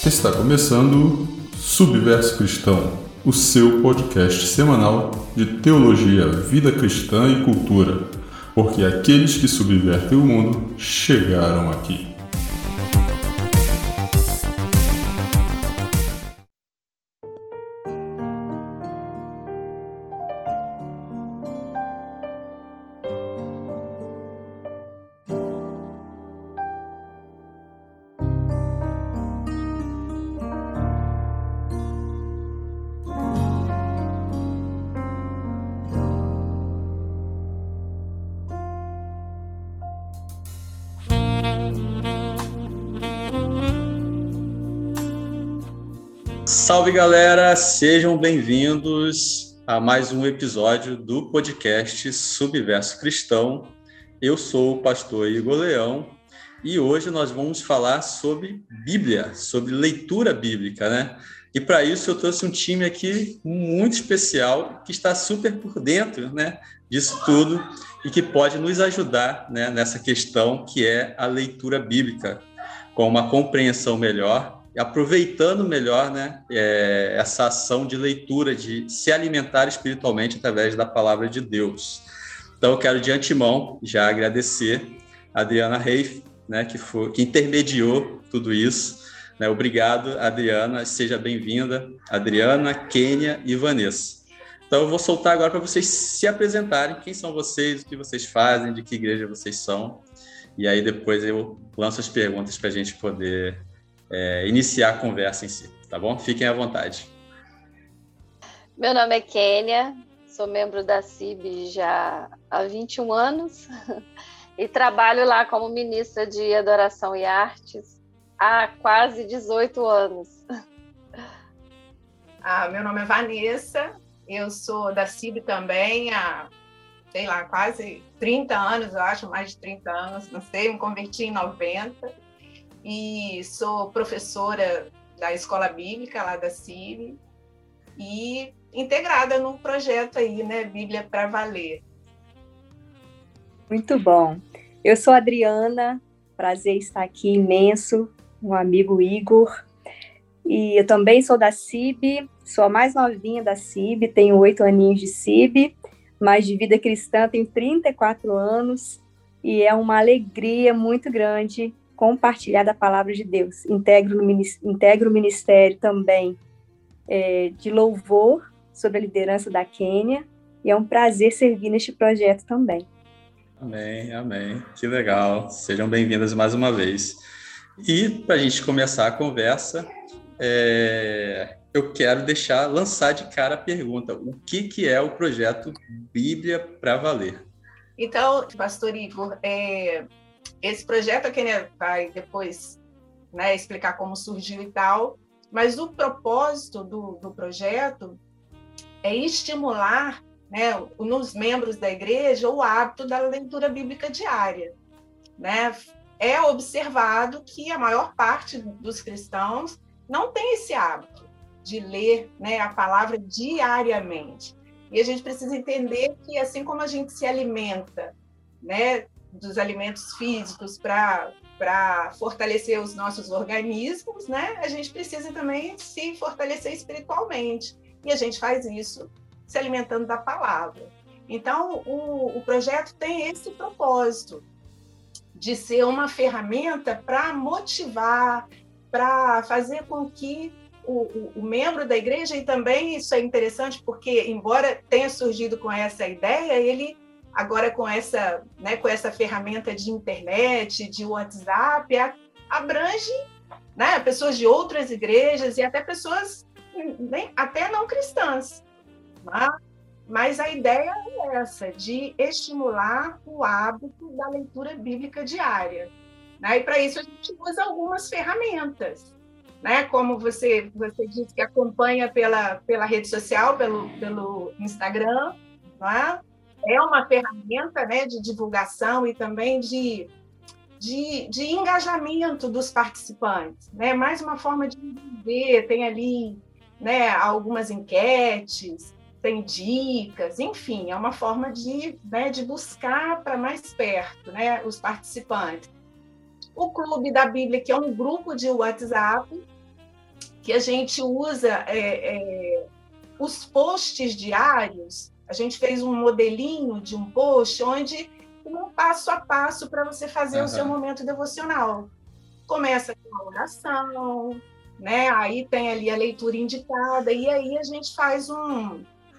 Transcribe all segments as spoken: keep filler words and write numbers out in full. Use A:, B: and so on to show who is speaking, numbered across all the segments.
A: Está começando Subverso Cristão, o seu podcast semanal de teologia, vida cristã e cultura, porque aqueles que subvertem o mundo chegaram aqui.
B: Salve, galera! Sejam bem-vindos a mais um episódio do podcast Subverso Cristão. Eu sou o pastor Igor Leão e hoje nós vamos falar sobre Bíblia, sobre leitura bíblica, né? E para isso eu trouxe um time aqui muito especial que está super por dentro, né, disso tudo e que pode nos ajudar, né, nessa questão que é a leitura bíblica, com uma compreensão melhor, aproveitando melhor, né, é, essa ação de leitura, de se alimentar espiritualmente através da palavra de Deus. Então, eu quero de antemão já agradecer a Adriana Reif, né, que, foi, que intermediou tudo isso. Né? Obrigado, Adriana. Seja bem-vinda, Adriana, Kênia e Vanessa. Então, eu vou soltar agora para vocês se apresentarem. Quem são vocês, o que vocês fazem, de que igreja vocês são. E aí, depois eu lanço as perguntas para a gente poder É, iniciar a conversa em si, tá bom? Fiquem à vontade.
C: Meu nome é Kênia, sou membro da C I B já há vinte e um anos e trabalho lá como ministra de Adoração e Artes há quase dezoito anos.
D: Ah, meu nome é Vanessa, eu sou da C I B também há, sei lá, quase trinta anos, eu acho, mais de trinta anos, não sei, me converti em noventa. E sou professora da Escola Bíblica lá da C I B e integrada num projeto aí, né, Bíblia para Valer.
E: Muito bom. Eu sou a Adriana, prazer estar aqui imenso, um amigo Igor. E eu também sou da C I B, sou a mais novinha da C I B, tenho oito aninhos de C I B, mas de vida cristã tenho trinta e quatro anos e é uma alegria muito grande compartilhar da palavra de Deus. Integro, no, integro o ministério também é, de louvor sob a liderança da Kênia e é um prazer servir neste projeto também.
B: Amém, amém. Que legal. Sejam bem-vindas mais uma vez. E para a gente começar a conversa, é, eu quero deixar, lançar de cara a pergunta: o que, que é o projeto Bíblia para Valer?
D: Então, pastor Igor, é... esse projeto a Kênia vai depois, né, explicar como surgiu e tal, mas o propósito do, do projeto é estimular, né, nos membros da igreja o hábito da leitura bíblica diária. Né? É observado que a maior parte dos cristãos não tem esse hábito de ler, né, a palavra diariamente. E a gente precisa entender que, assim como a gente se alimenta, né, dos alimentos físicos para fortalecer os nossos organismos, né? A gente precisa também se fortalecer espiritualmente. E a gente faz isso se alimentando da palavra. Então, o, o projeto tem esse propósito de ser uma ferramenta para motivar, para fazer com que o, o, o membro da igreja, e também isso é interessante porque, embora tenha surgido com essa ideia, ele agora com essa, né, com essa ferramenta de internet, de WhatsApp, abrange, né, pessoas de outras igrejas e até pessoas nem, até não cristãs. Né? Mas a ideia é essa, de estimular o hábito da leitura bíblica diária. Né? E para isso a gente usa algumas ferramentas. Né? Como você, você disse que acompanha pela, pela rede social, pelo, pelo Instagram, né? É uma ferramenta, né, de divulgação e também de, de, de engajamento dos participantes. Né? Mais uma forma de envolver, tem ali, né, algumas enquetes, tem dicas, enfim, é uma forma de, né, de buscar para mais perto, né, os participantes. O Clube da Bíblia, que é um grupo de WhatsApp, que a gente usa é, é, os posts diários. A gente fez um modelinho de um post onde um passo a passo para você fazer uhum. o seu momento devocional. Começa com a oração, né? Aí tem ali a leitura indicada, e aí a gente faz um,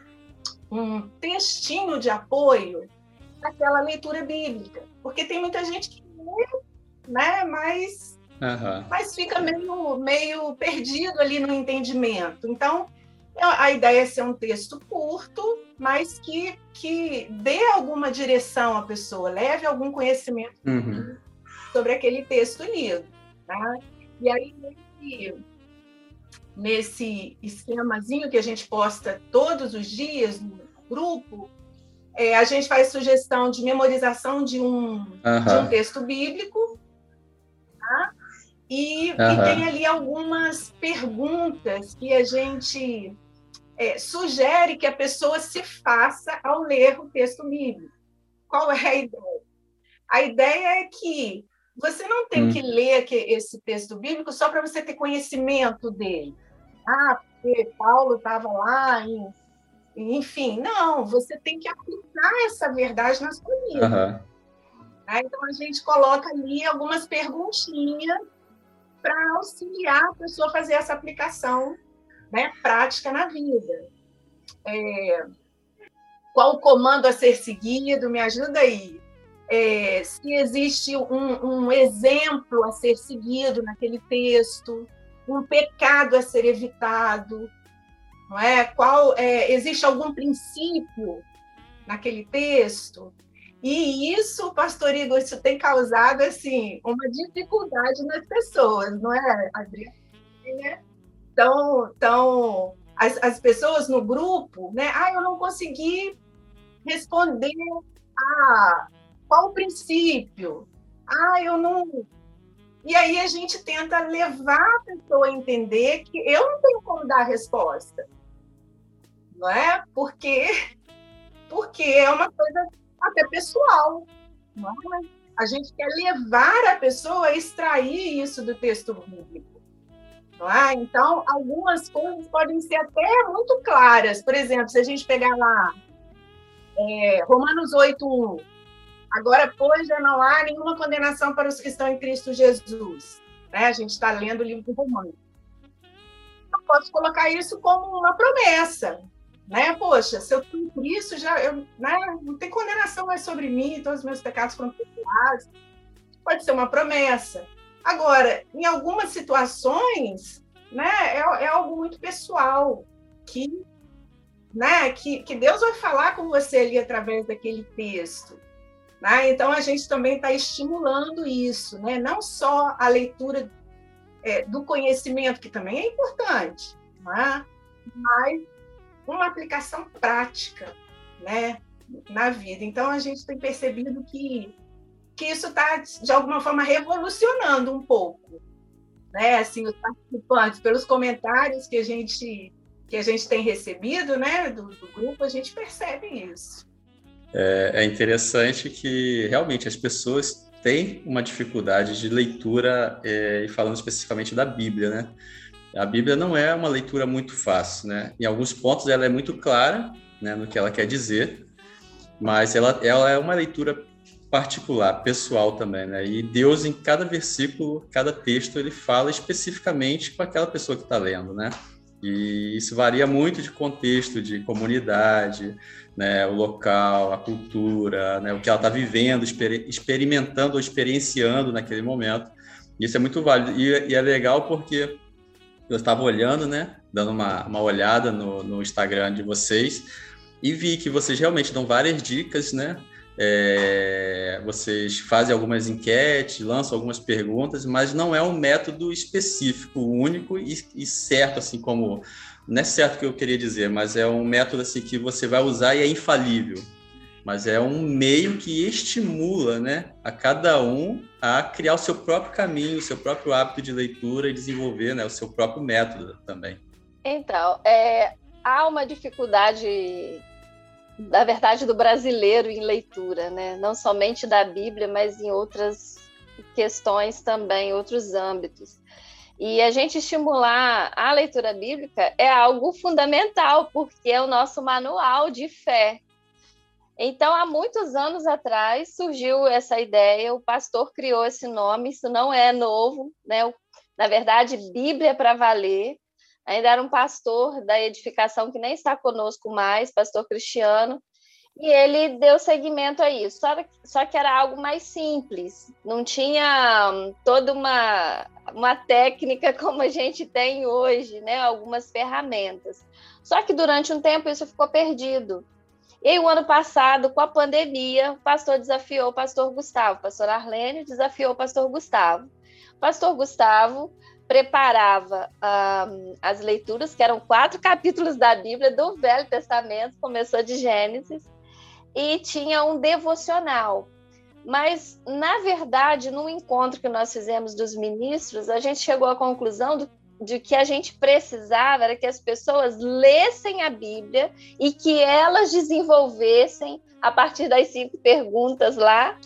D: um textinho de apoio àquela leitura bíblica. Porque tem muita gente que lê, né? Mas, uhum. mas fica meio, meio perdido ali no entendimento. Então, a ideia é ser um texto curto, mas que, que dê alguma direção à pessoa, leve algum conhecimento uhum. sobre aquele texto lido. Tá? E aí, nesse, nesse esquemazinho que a gente posta todos os dias no grupo, é, a gente faz sugestão de memorização de um, uhum. de um texto bíblico, tá? e, uhum. e tem ali algumas perguntas que a gente... É, sugere que a pessoa se faça ao ler o texto bíblico. Qual é a ideia? A ideia é que você não tem hum. que ler esse texto bíblico só para você ter conhecimento dele. Ah, porque Paulo estava lá, e, enfim. Não, você tem que aplicar essa verdade na sua vida. Uhum. Então, a gente coloca ali algumas perguntinhas para auxiliar a pessoa a fazer essa aplicação, né, prática na vida. É, qual o comando a ser seguido? Me ajuda aí. É, se existe um, um exemplo a ser seguido naquele texto, um pecado a ser evitado, não é? Qual, é, existe algum princípio naquele texto? E isso, pastor Igor, isso tem causado assim, uma dificuldade nas pessoas, não é, Adriana? É. Então, então as, as pessoas no grupo, né? Ah, eu não consegui responder a qual o princípio. Ah, eu não... E aí a gente tenta levar a pessoa a entender que eu não tenho como dar a resposta. Não é? Porque, porque é uma coisa até pessoal. Não é? A gente quer levar a pessoa a extrair isso do texto bíblico. Não é? Então, algumas coisas podem ser até muito claras. Por exemplo, se a gente pegar lá é, Romanos oito, um, agora, pois, já não há nenhuma condenação para os que estão em Cristo Jesus. Né? A gente está lendo o livro de Romanos. Eu posso colocar isso como uma promessa. Né? Poxa, se eu estou em Cristo, já, eu, né? não tem condenação mais sobre mim, todos os meus pecados foram perdoados. Pode ser uma promessa. Agora, em algumas situações, né, é, é algo muito pessoal, que, né, que, que Deus vai falar com você ali através daquele texto. Né? Então, a gente também está estimulando isso, né? Não só a leitura é, do conhecimento, que também é importante, né? Mas uma aplicação prática, né, na vida. Então, a gente tem percebido que que isso está, de alguma forma, revolucionando um pouco. Né? Assim, os participantes, pelos comentários que a gente, que a gente tem recebido, né, do, do grupo, a gente percebe isso.
B: É, é interessante que, realmente, as pessoas têm uma dificuldade de leitura, é, e falando especificamente da Bíblia, né? A Bíblia não é uma leitura muito fácil, né? Em alguns pontos ela é muito clara, né, no que ela quer dizer, mas ela, ela é uma leitura particular, pessoal também, né? E Deus, em cada versículo, cada texto, ele fala especificamente com aquela pessoa que está lendo, né? E isso varia muito de contexto, de comunidade, né? O local, a cultura, né? O que ela está vivendo, exper- experimentando ou experienciando naquele momento. Isso é muito válido. E, e é legal porque eu estava olhando, né? Dando uma, uma olhada no, no Instagram de vocês e vi que vocês realmente dão várias dicas, né? É, vocês fazem algumas enquetes, lançam algumas perguntas, mas não é um método específico, único e, e certo, assim como... Não é certo o que eu queria dizer, mas é um método assim, que você vai usar e é infalível. Mas é um meio que estimula, né, a cada um a criar o seu próprio caminho, o seu próprio hábito de leitura e desenvolver, né, o seu próprio método também.
C: Então, é, há uma dificuldade... da verdade, do brasileiro em leitura, né? Não somente da Bíblia, mas em outras questões também, outros âmbitos. E a gente estimular a leitura bíblica é algo fundamental, porque é o nosso manual de fé. Então, há muitos anos atrás, surgiu essa ideia, o pastor criou esse nome, isso não é novo, né? Na verdade, Bíblia para Valer, ainda era um pastor da edificação que nem está conosco mais, pastor Cristiano, e ele deu seguimento a isso, só, só que era algo mais simples, não tinha toda uma, uma técnica como a gente tem hoje, né? Algumas ferramentas. Só que durante um tempo isso ficou perdido. E aí, o ano passado, com a pandemia, o pastor desafiou o pastor Gustavo, o pastor Arlênio desafiou o pastor Gustavo. O pastor Gustavo preparava um, as leituras, que eram quatro capítulos da Bíblia do Velho Testamento, começou de Gênesis, e tinha um devocional. Mas, na verdade, no encontro que nós fizemos dos ministros, a gente chegou à conclusão do, de que a gente precisava era que as pessoas lessem a Bíblia e que elas desenvolvessem, a partir das cinco perguntas lá,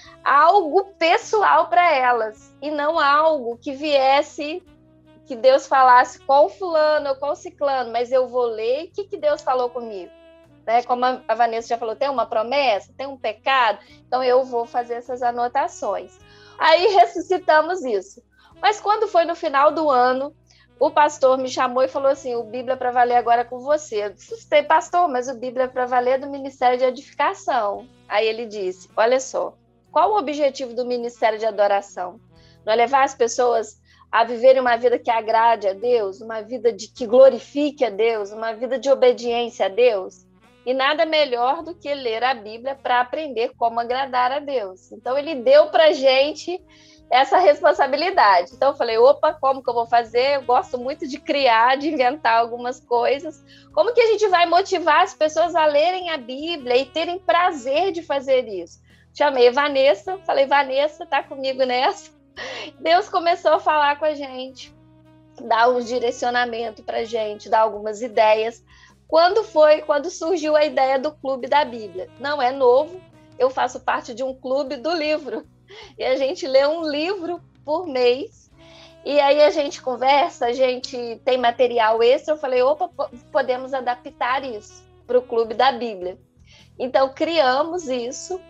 C: algo pessoal para elas, e não algo que viesse, que Deus falasse com fulano ou com ciclano, mas eu vou ler, o que, que Deus falou comigo? Né? Como a Vanessa já falou, tem uma promessa, tem um pecado, então eu vou fazer essas anotações. Aí ressuscitamos isso. Mas quando foi no final do ano, o pastor me chamou e falou assim, o Bíblia para Valer agora é com você. Eu assustei, pastor, mas o Bíblia para Valer é do Ministério de Edificação. Aí ele disse, olha só, qual o objetivo do Ministério de Adoração? Não é levar as pessoas a viverem uma vida que agrade a Deus, uma vida de, que glorifique a Deus, uma vida de obediência a Deus? E nada melhor do que ler a Bíblia para aprender como agradar a Deus. Então, ele deu para a gente essa responsabilidade. Então, eu falei, opa, como que eu vou fazer? Eu gosto muito de criar, de inventar algumas coisas. Como que a gente vai motivar as pessoas a lerem a Bíblia e terem prazer de fazer isso? Chamei a Vanessa, falei, Vanessa, tá comigo nessa? Deus começou a falar com a gente, dar um direcionamento para a gente, dar algumas ideias. Quando foi? Quando surgiu a ideia do Clube da Bíblia. Não é novo, eu faço parte de um clube do livro. E a gente lê um livro por mês. E aí a gente conversa, a gente tem material extra. Eu falei, opa, podemos adaptar isso para o Clube da Bíblia. Então, criamos isso.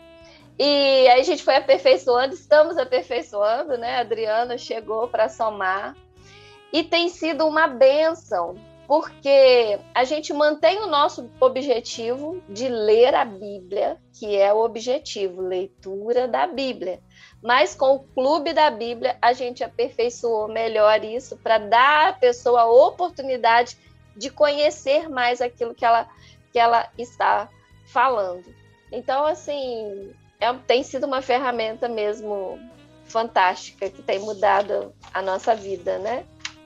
C: E aí a gente foi aperfeiçoando, estamos aperfeiçoando, né? A Adriana chegou para somar. E tem sido uma bênção, porque a gente mantém o nosso objetivo de ler a Bíblia, que é o objetivo, leitura da Bíblia. Mas com o Clube da Bíblia, a gente aperfeiçoou melhor isso para dar à pessoa a oportunidade de conhecer mais aquilo que ela, que ela está falando. Então, assim, é, tem sido uma ferramenta mesmo fantástica, que tem mudado a nossa vida, né?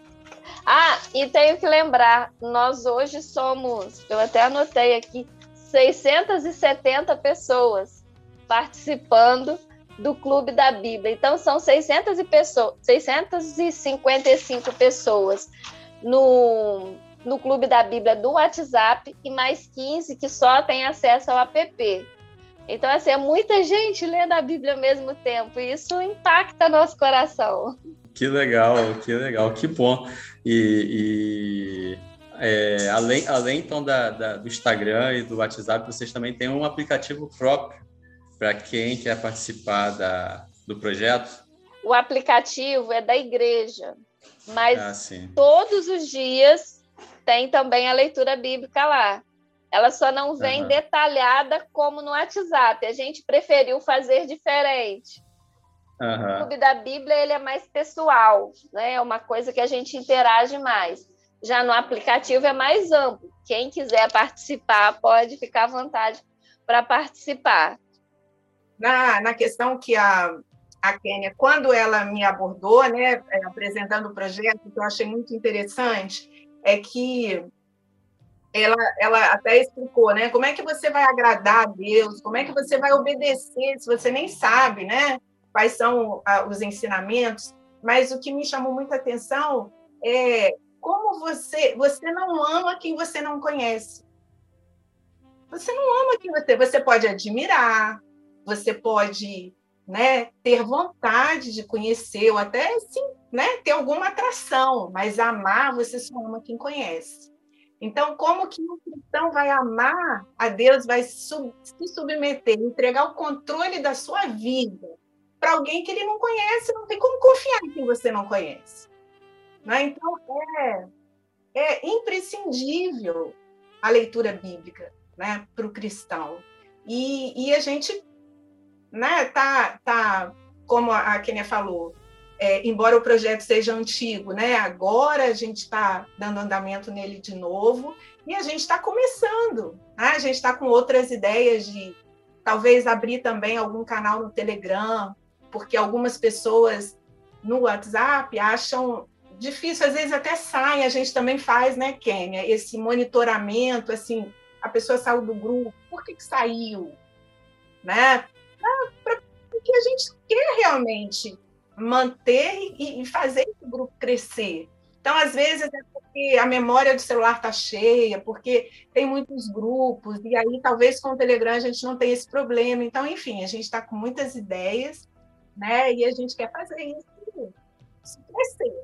C: Ah, e tenho que lembrar, nós hoje somos, eu até anotei aqui, seiscentas e setenta pessoas participando do Clube da Bíblia. Então, são seiscentas e pessoas, seiscentas e cinquenta e cinco pessoas no, no Clube da Bíblia do WhatsApp e mais quinze que só têm acesso ao app. Então, assim, é muita gente lendo a Bíblia ao mesmo tempo, e isso impacta nosso coração.
B: Que legal, que legal, que bom. E, e é, além, além então da, da, do Instagram e do WhatsApp, vocês também têm um aplicativo próprio para quem quer participar da, do projeto?
C: O aplicativo é da igreja, mas
B: ah,
C: todos os dias tem também a leitura bíblica lá. Ela só não vem uhum. detalhada como no WhatsApp. A gente preferiu fazer diferente. Uhum. O Clube da Bíblia ele é mais pessoal, né? É uma coisa que a gente interage mais. Já no aplicativo é mais amplo. Quem quiser participar pode ficar à vontade para participar.
D: Na, na questão que a, a Kênia, quando ela me abordou, né, apresentando o projeto, que eu achei muito interessante, é que ela, ela até explicou, né, como é que você vai agradar a Deus, como é que você vai obedecer, se você nem sabe, né, quais são ah, os ensinamentos, mas o que me chamou muita atenção é como você, você não ama quem você não conhece. Você não ama quem você... Você pode admirar, você pode, né, ter vontade de conhecer, ou até sim, né, ter alguma atração, mas amar, você só ama quem conhece. Então, como que um cristão vai amar a Deus, vai sub, se submeter, entregar o controle da sua vida para alguém que ele não conhece? Não tem como confiar em quem você não conhece. Né? Então, é, é imprescindível a leitura bíblica, né, para o cristão. E, e a gente, né, tá, tá, como a Kênia falou, É, embora o projeto seja antigo, né? Agora a gente está dando andamento nele de novo e a gente está começando. Né? A gente está com outras ideias de talvez abrir também algum canal no Telegram, porque algumas pessoas no WhatsApp acham difícil, às vezes até saem, a gente também faz, né, Kênia? Esse monitoramento, assim, a pessoa saiu do grupo, por que, que saiu? Né? Porque a gente quer realmente manter e fazer esse grupo crescer. Então, às vezes, é porque a memória do celular está cheia, porque tem muitos grupos, e aí talvez com o Telegram a gente não tenha esse problema. Então, enfim, a gente está com muitas ideias, né? E a gente quer fazer isso, isso crescer.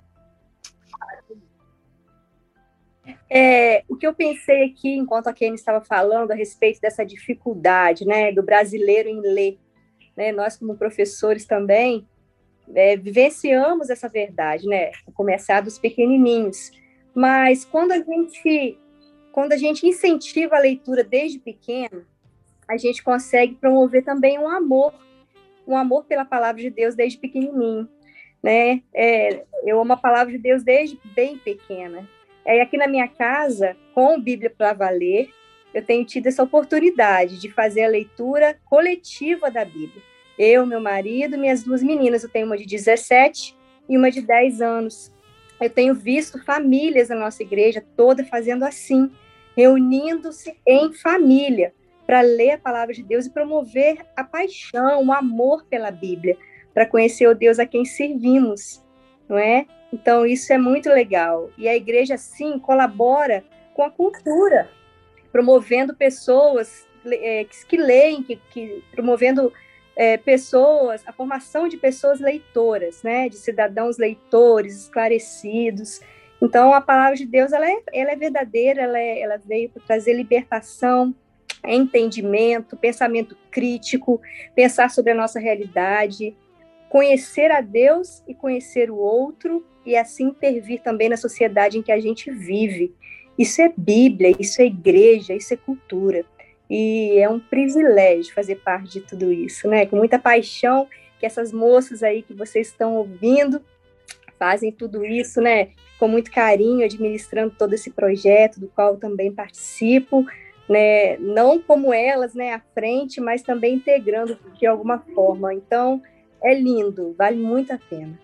E: É, o que eu pensei aqui, enquanto a Kênia estava falando a respeito dessa dificuldade, né, do brasileiro em ler, né, nós como professores também, É, vivenciamos essa verdade, né? Começar dos pequenininhos. Mas quando a gente, quando a gente incentiva a leitura desde pequeno, a gente consegue promover também um amor, um amor pela palavra de Deus desde pequenininho, né? É, eu amo a palavra de Deus desde bem pequena. É, aqui na minha casa, com Bíblia para Valer, eu tenho tido essa oportunidade de fazer a leitura coletiva da Bíblia. Eu, meu marido, minhas duas meninas. Eu tenho uma de dezessete e uma de dez anos. Eu tenho visto famílias na nossa igreja toda fazendo assim, reunindo-se em família para ler a palavra de Deus e promover a paixão, o amor pela Bíblia, para conhecer o Deus a quem servimos, não é? Então, isso é muito legal. E a igreja, sim, colabora com a cultura, promovendo pessoas é, que, que leem, que, que, promovendo... É, pessoas, a formação de pessoas leitoras, né, de cidadãos leitores, esclarecidos. Então, a palavra de Deus, ela é, ela é verdadeira, ela, é, ela veio para trazer libertação, entendimento, pensamento crítico, pensar sobre a nossa realidade, conhecer a Deus e conhecer o outro, e assim intervir também na sociedade em que a gente vive. Isso é Bíblia, isso é igreja, isso é cultura. E é um privilégio fazer parte de tudo isso, né? Com muita paixão que essas moças aí que vocês estão ouvindo fazem tudo isso, né? Com muito carinho, administrando todo esse projeto, do qual eu também participo, né? Não como elas, né, à frente, mas também integrando de alguma forma. Então, é lindo, vale muito a pena.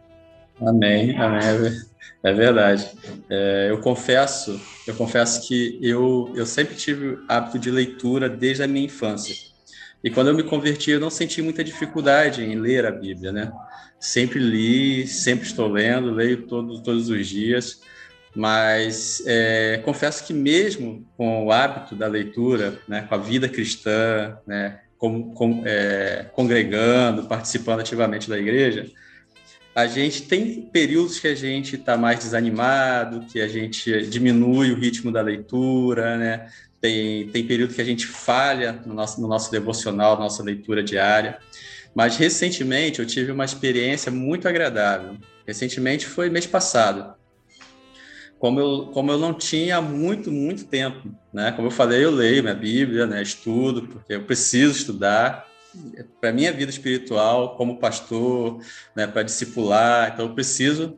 B: Amém, amém, é verdade. É, eu confesso, eu confesso que eu, eu sempre tive hábito de leitura desde a minha infância. E quando eu me converti, eu não senti muita dificuldade em ler a Bíblia, né? Sempre li, sempre estou lendo, leio todo, todos os dias, mas é, confesso que mesmo com o hábito da leitura, né, com a vida cristã, né, com, com, é, congregando, participando ativamente da igreja, a gente tem períodos que a gente está mais desanimado, que a gente diminui o ritmo da leitura, né? Tem, tem período que a gente falha no nosso, no nosso devocional, nossa leitura diária. Mas, recentemente, eu tive uma experiência muito agradável. Recentemente foi mês passado. Como eu, como eu não tinha muito, muito tempo, né? Como eu falei, eu leio minha Bíblia, né? Estudo, porque eu preciso estudar. Para a minha vida espiritual, como pastor, né, para discipular, então eu preciso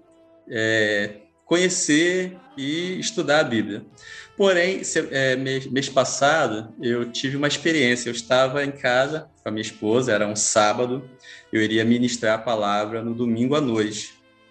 B: é, conhecer e estudar a Bíblia. Porém, é, mês, mês passado, eu tive uma experiência. Eu estava em casa com a minha esposa, era um sábado, eu iria ministrar a palavra no domingo à noite.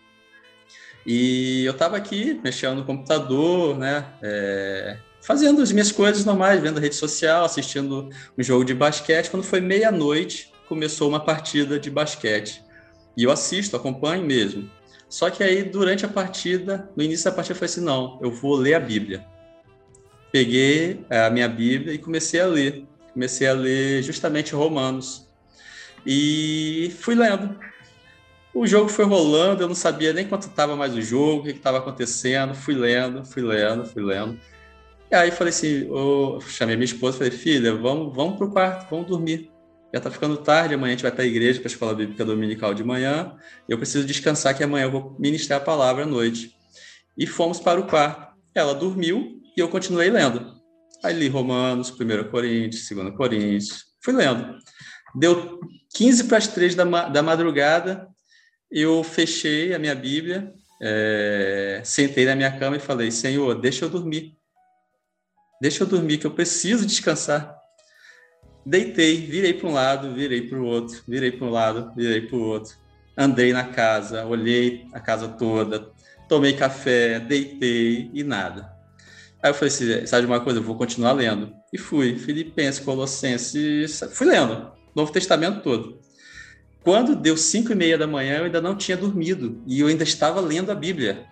B: E eu estava aqui mexendo no computador, né, é, fazendo as minhas coisas normais, vendo a rede social, assistindo um jogo de basquete. Quando foi meia-noite, começou uma partida de basquete. E eu assisto, acompanho mesmo. Só que aí, durante a partida, no início da partida, eu falei assim, não, eu vou ler a Bíblia. Peguei a minha Bíblia e comecei a ler. Comecei a ler justamente Romanos. E fui lendo. O jogo foi rolando, eu não sabia nem quanto estava mais o jogo, o que estava acontecendo, fui lendo, fui lendo, fui lendo. E aí falei assim, eu chamei minha esposa e falei, filha, vamos, vamos para o quarto, vamos dormir. Já está ficando tarde, amanhã a gente vai para a igreja, para a escola bíblica dominical de manhã, eu preciso descansar que amanhã eu vou ministrar a palavra à noite. E fomos para o quarto. Ela dormiu e eu continuei lendo. Aí li Romanos, primeira Coríntios, segunda Coríntios, fui lendo. Deu quinze para as três da, ma- da madrugada, eu fechei a minha Bíblia, é, sentei na minha cama e falei, Senhor, deixa eu dormir. Deixa eu dormir, que eu preciso descansar. Deitei, virei para um lado, virei para o outro, virei para um lado, virei para o outro. Andei na casa, olhei a casa toda, tomei café, deitei e nada. Aí eu falei assim, sabe de uma coisa? Eu vou continuar lendo. E fui, Filipenses, Colossenses, fui lendo, Novo Testamento todo. Quando deu cinco e meia da manhã, eu ainda não tinha dormido e eu ainda estava lendo a Bíblia.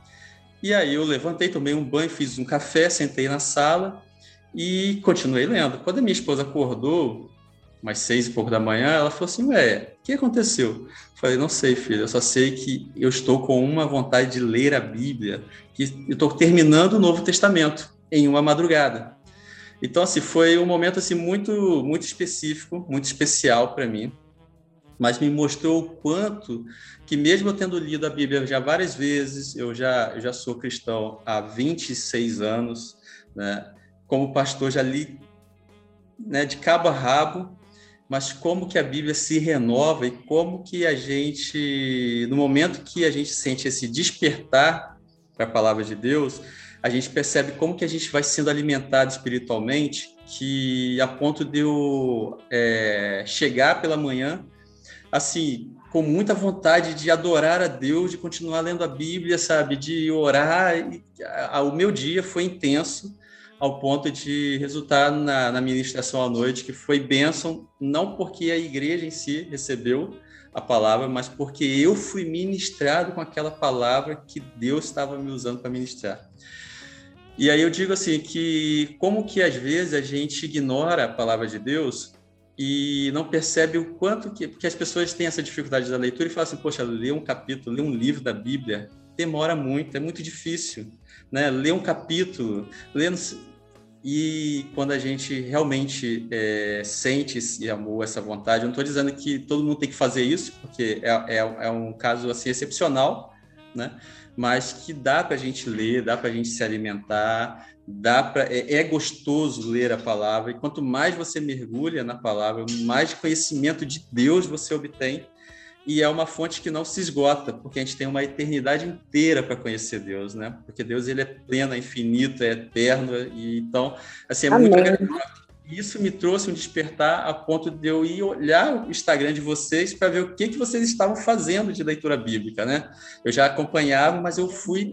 B: E aí eu levantei, tomei um banho, fiz um café, sentei na sala e continuei lendo. Quando a minha esposa acordou, umas seis e pouco da manhã, ela falou assim, ué, o que aconteceu? Eu falei, não sei, filha, eu só sei que eu estou com uma vontade de ler a Bíblia, que eu estou terminando o Novo Testamento em uma madrugada. Então, assim, foi um momento assim, muito, muito específico, muito especial para mim, mas me mostrou o quanto que mesmo eu tendo lido a Bíblia já várias vezes, eu já, eu já sou cristão há vinte e seis anos, né? Como pastor já li, né, de cabo a rabo, mas como que a Bíblia se renova e como que a gente, no momento que a gente sente esse despertar para a palavra de Deus, a gente percebe como que a gente vai sendo alimentado espiritualmente, que a ponto de eu é, chegar pela manhã, assim, com muita vontade de adorar a Deus, de continuar lendo a Bíblia, sabe, de orar. E, a, o meu dia foi intenso, ao ponto de resultar na, na ministração à noite, que foi bênção, não porque a igreja em si recebeu a palavra, mas porque eu fui ministrado com aquela palavra que Deus estava me usando para ministrar. E aí eu digo assim, que como que às vezes a gente ignora a palavra de Deus e não percebe o quanto que... Porque as pessoas têm essa dificuldade da leitura e falam assim, poxa, ler um capítulo, ler um livro da Bíblia demora muito, é muito difícil, né? Ler um capítulo, ler... E quando a gente realmente é, sente esse amor, essa vontade, eu não estou dizendo que todo mundo tem que fazer isso, porque é, é, é um caso assim, excepcional, né? Mas que dá para a gente ler, dá para a gente se alimentar, dá pra, é, é gostoso ler a palavra, e quanto mais você mergulha na palavra, mais conhecimento de Deus você obtém, e é uma fonte que não se esgota, porque a gente tem uma eternidade inteira para conhecer Deus, né? Porque Deus, ele é pleno, é infinito, é eterno, e então, assim, é
E: Amém.
B: muito agradável. Isso me trouxe um despertar a ponto de eu ir olhar o Instagram de vocês para ver o que, que vocês estavam fazendo de leitura bíblica, né? Eu já acompanhava, mas eu fui...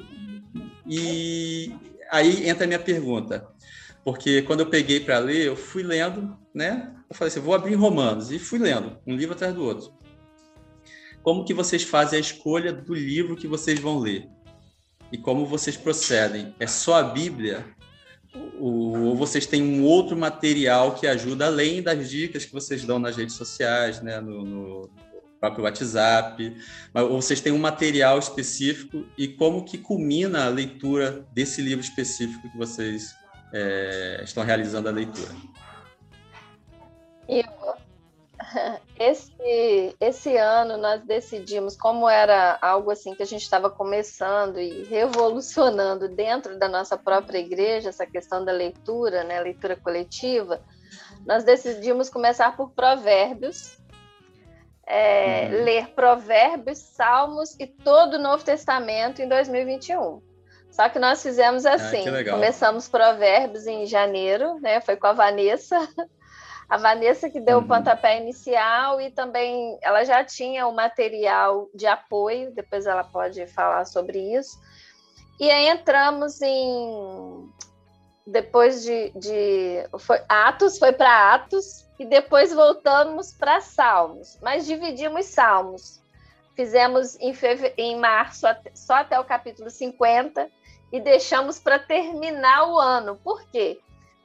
B: E aí entra a minha pergunta, porque quando eu peguei para ler, eu fui lendo, né? Eu falei assim, vou abrir Romanos, e fui lendo, um livro atrás do outro. Como que vocês fazem a escolha do livro que vocês vão ler? E como vocês procedem? É só a Bíblia? Ou vocês têm um outro material que ajuda, além das dicas que vocês dão nas redes sociais, né? no, no próprio WhatsApp? Ou vocês têm um material específico? E como que culmina a leitura desse livro específico que vocês é, estão realizando a leitura?
C: Eu... Esse, esse ano nós decidimos, como era algo assim que a gente estava começando e revolucionando dentro da nossa própria igreja, essa questão da leitura, né, leitura coletiva, nós decidimos começar por Provérbios, é, uhum. ler Provérbios, Salmos e todo o Novo Testamento em dois mil e vinte e um. Só que nós fizemos assim, ah, começamos Provérbios em janeiro, né, foi com a Vanessa. A Vanessa que deu uhum. o pontapé inicial, e também ela já tinha o material de apoio, depois ela pode falar sobre isso. E aí entramos em... Depois de... de foi, Atos, foi para Atos, e depois voltamos para Salmos. Mas dividimos Salmos. Fizemos em, feve... em março só até o capítulo cinquenta, e deixamos para terminar o ano. Por quê?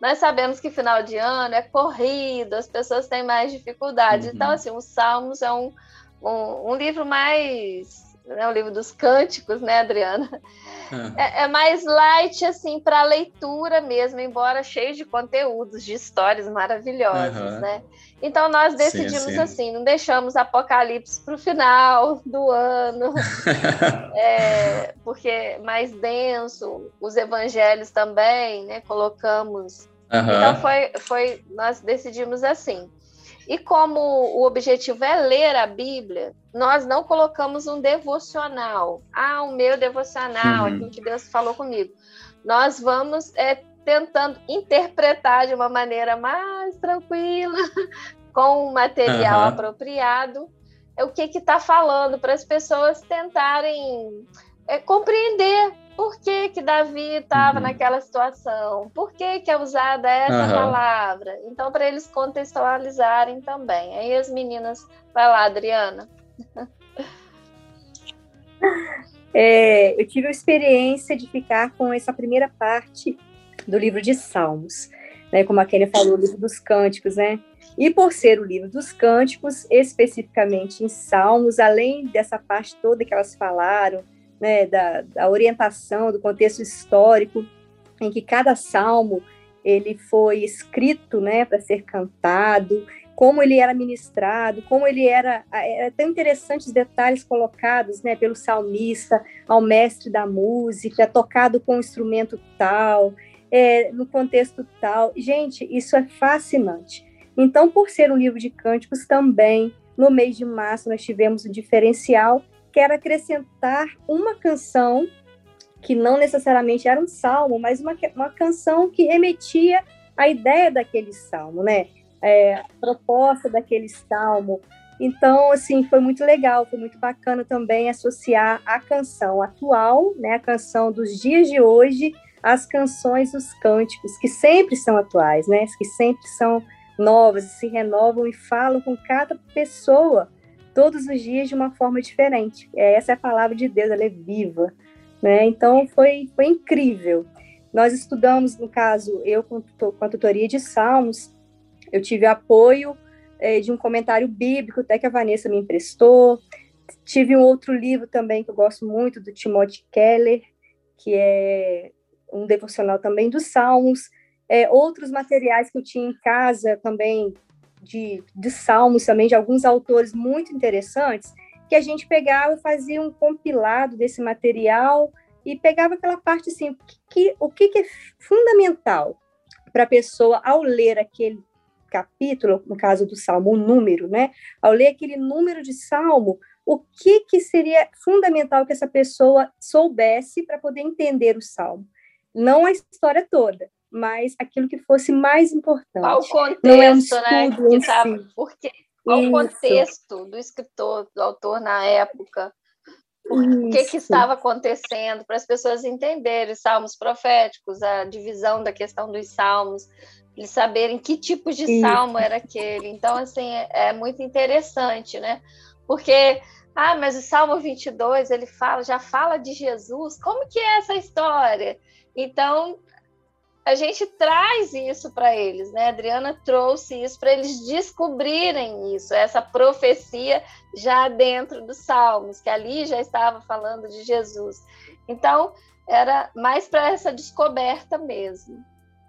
C: nós sabemos que final de ano é corrido, as pessoas têm mais dificuldades. Uhum. Então, assim, os Salmos é um, um, um livro mais... É o livro dos cânticos, né, Adriana? Uhum. É, é mais light, assim, para leitura mesmo, embora cheio de conteúdos, de histórias maravilhosas, uhum. né? Então, nós decidimos sim, sim. assim, não deixamos Apocalipse para o final do ano, é, porque é mais denso, os evangelhos também, né, colocamos. Uhum. Então, foi, foi, nós decidimos assim. E como o objetivo é ler a Bíblia, nós não colocamos um devocional. Ah, o meu devocional, uhum. aquilo que Deus falou comigo. Nós vamos é, tentando interpretar de uma maneira mais tranquila, com um material uhum. apropriado, é o que está falando, para as pessoas tentarem é, compreender por que, que Davi estava uhum. naquela situação, por que, que é usada essa uhum. palavra. Então, para eles contextualizarem também. Aí as meninas... Vai lá, Adriana.
E: É, eu tive a experiência de ficar com essa primeira parte do livro de Salmos, né, como a Kênia falou, o livro dos Cânticos, né? E por ser o livro dos Cânticos, especificamente em Salmos, além dessa parte toda que elas falaram, né, da, da orientação, do contexto histórico, em que cada salmo ele foi escrito, né, para ser cantado, como ele era ministrado, como ele era, era tão interessantes os detalhes colocados, né, pelo salmista ao mestre da música, tocado com um instrumento tal, é, no contexto tal. Gente, isso é fascinante. Então, por ser um livro de cânticos também, no mês de março nós tivemos um diferencial, que era acrescentar uma canção, que não necessariamente era um salmo, mas uma, uma canção que remetia à ideia daquele salmo, né? É, a proposta daquele salmo. Então, assim, foi muito legal, foi muito bacana também associar a canção atual, né, a canção dos dias de hoje, às canções dos cânticos, que sempre são atuais, né? Que sempre são novas, se renovam e falam com cada pessoa todos os dias de uma forma diferente. Essa é a palavra de Deus, ela é viva, né? Então, foi, foi incrível. Nós estudamos, no caso, eu com, com a tutoria de Salmos, eu tive apoio é, de um comentário bíblico, até que a Vanessa me emprestou. Tive um outro livro também que eu gosto muito, do Timothy Keller, que é um devocional também dos Salmos. É, outros materiais que eu tinha em casa também, De, de salmos também, de alguns autores muito interessantes, que a gente pegava e fazia um compilado desse material e pegava aquela parte assim, o que, o que, que é fundamental para a pessoa ao ler aquele capítulo, no caso do salmo, o número, né? Ao ler aquele número de salmo, o que, que seria fundamental que essa pessoa soubesse para poder entender o salmo. Não a história toda, mas aquilo que fosse mais importante.
C: Qual o contexto,
E: não é um estudo,
C: né?
E: Em
C: sabe,
E: si.
C: porque, qual o contexto do escritor, do autor na época? O que, que estava acontecendo, para as pessoas entenderem os salmos proféticos, a divisão da questão dos salmos, eles saberem que tipo de Isso. salmo era aquele. Então, assim, é, é muito interessante, né? Porque, ah, mas o Salmo vinte e dois, ele fala, já fala de Jesus, como que é essa história? Então, a gente traz isso para eles, né? A Adriana trouxe isso para eles descobrirem isso, essa profecia já dentro dos Salmos, que ali já estava falando de Jesus. Então, era mais para essa descoberta mesmo.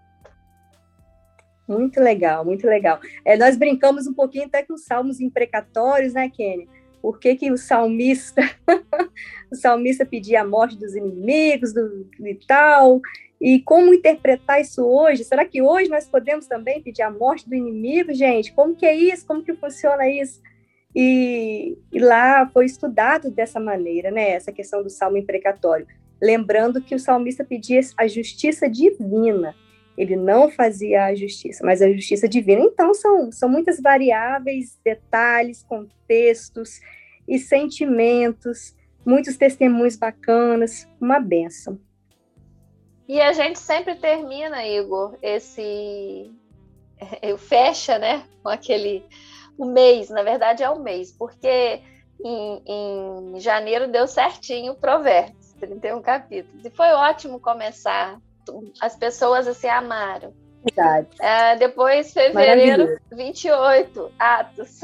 E: Muito legal, muito legal. É, nós brincamos um pouquinho até com os salmos imprecatórios, né, Kênia? Por que que o salmista, o salmista pedia a morte dos inimigos do, e tal, e como interpretar isso hoje? Será que hoje nós podemos também pedir a morte do inimigo, gente? Como que é isso? Como que funciona isso? E, e lá foi estudado dessa maneira, né, essa questão do salmo imprecatório. Lembrando que o salmista pedia a justiça divina, ele não fazia a justiça, mas a justiça divina. Então, são, são muitas variáveis, detalhes, contextos e sentimentos, muitos testemunhos bacanas, uma bênção.
C: E a gente sempre termina, Igor, esse... fecha, né, com aquele... o mês, na verdade é o mês, porque em, em janeiro deu certinho o Provérbios, trinta e um capítulos, e foi ótimo começar. As pessoas assim amaram.
E: Verdade.
C: É, depois, fevereiro, vinte e oito, Atos.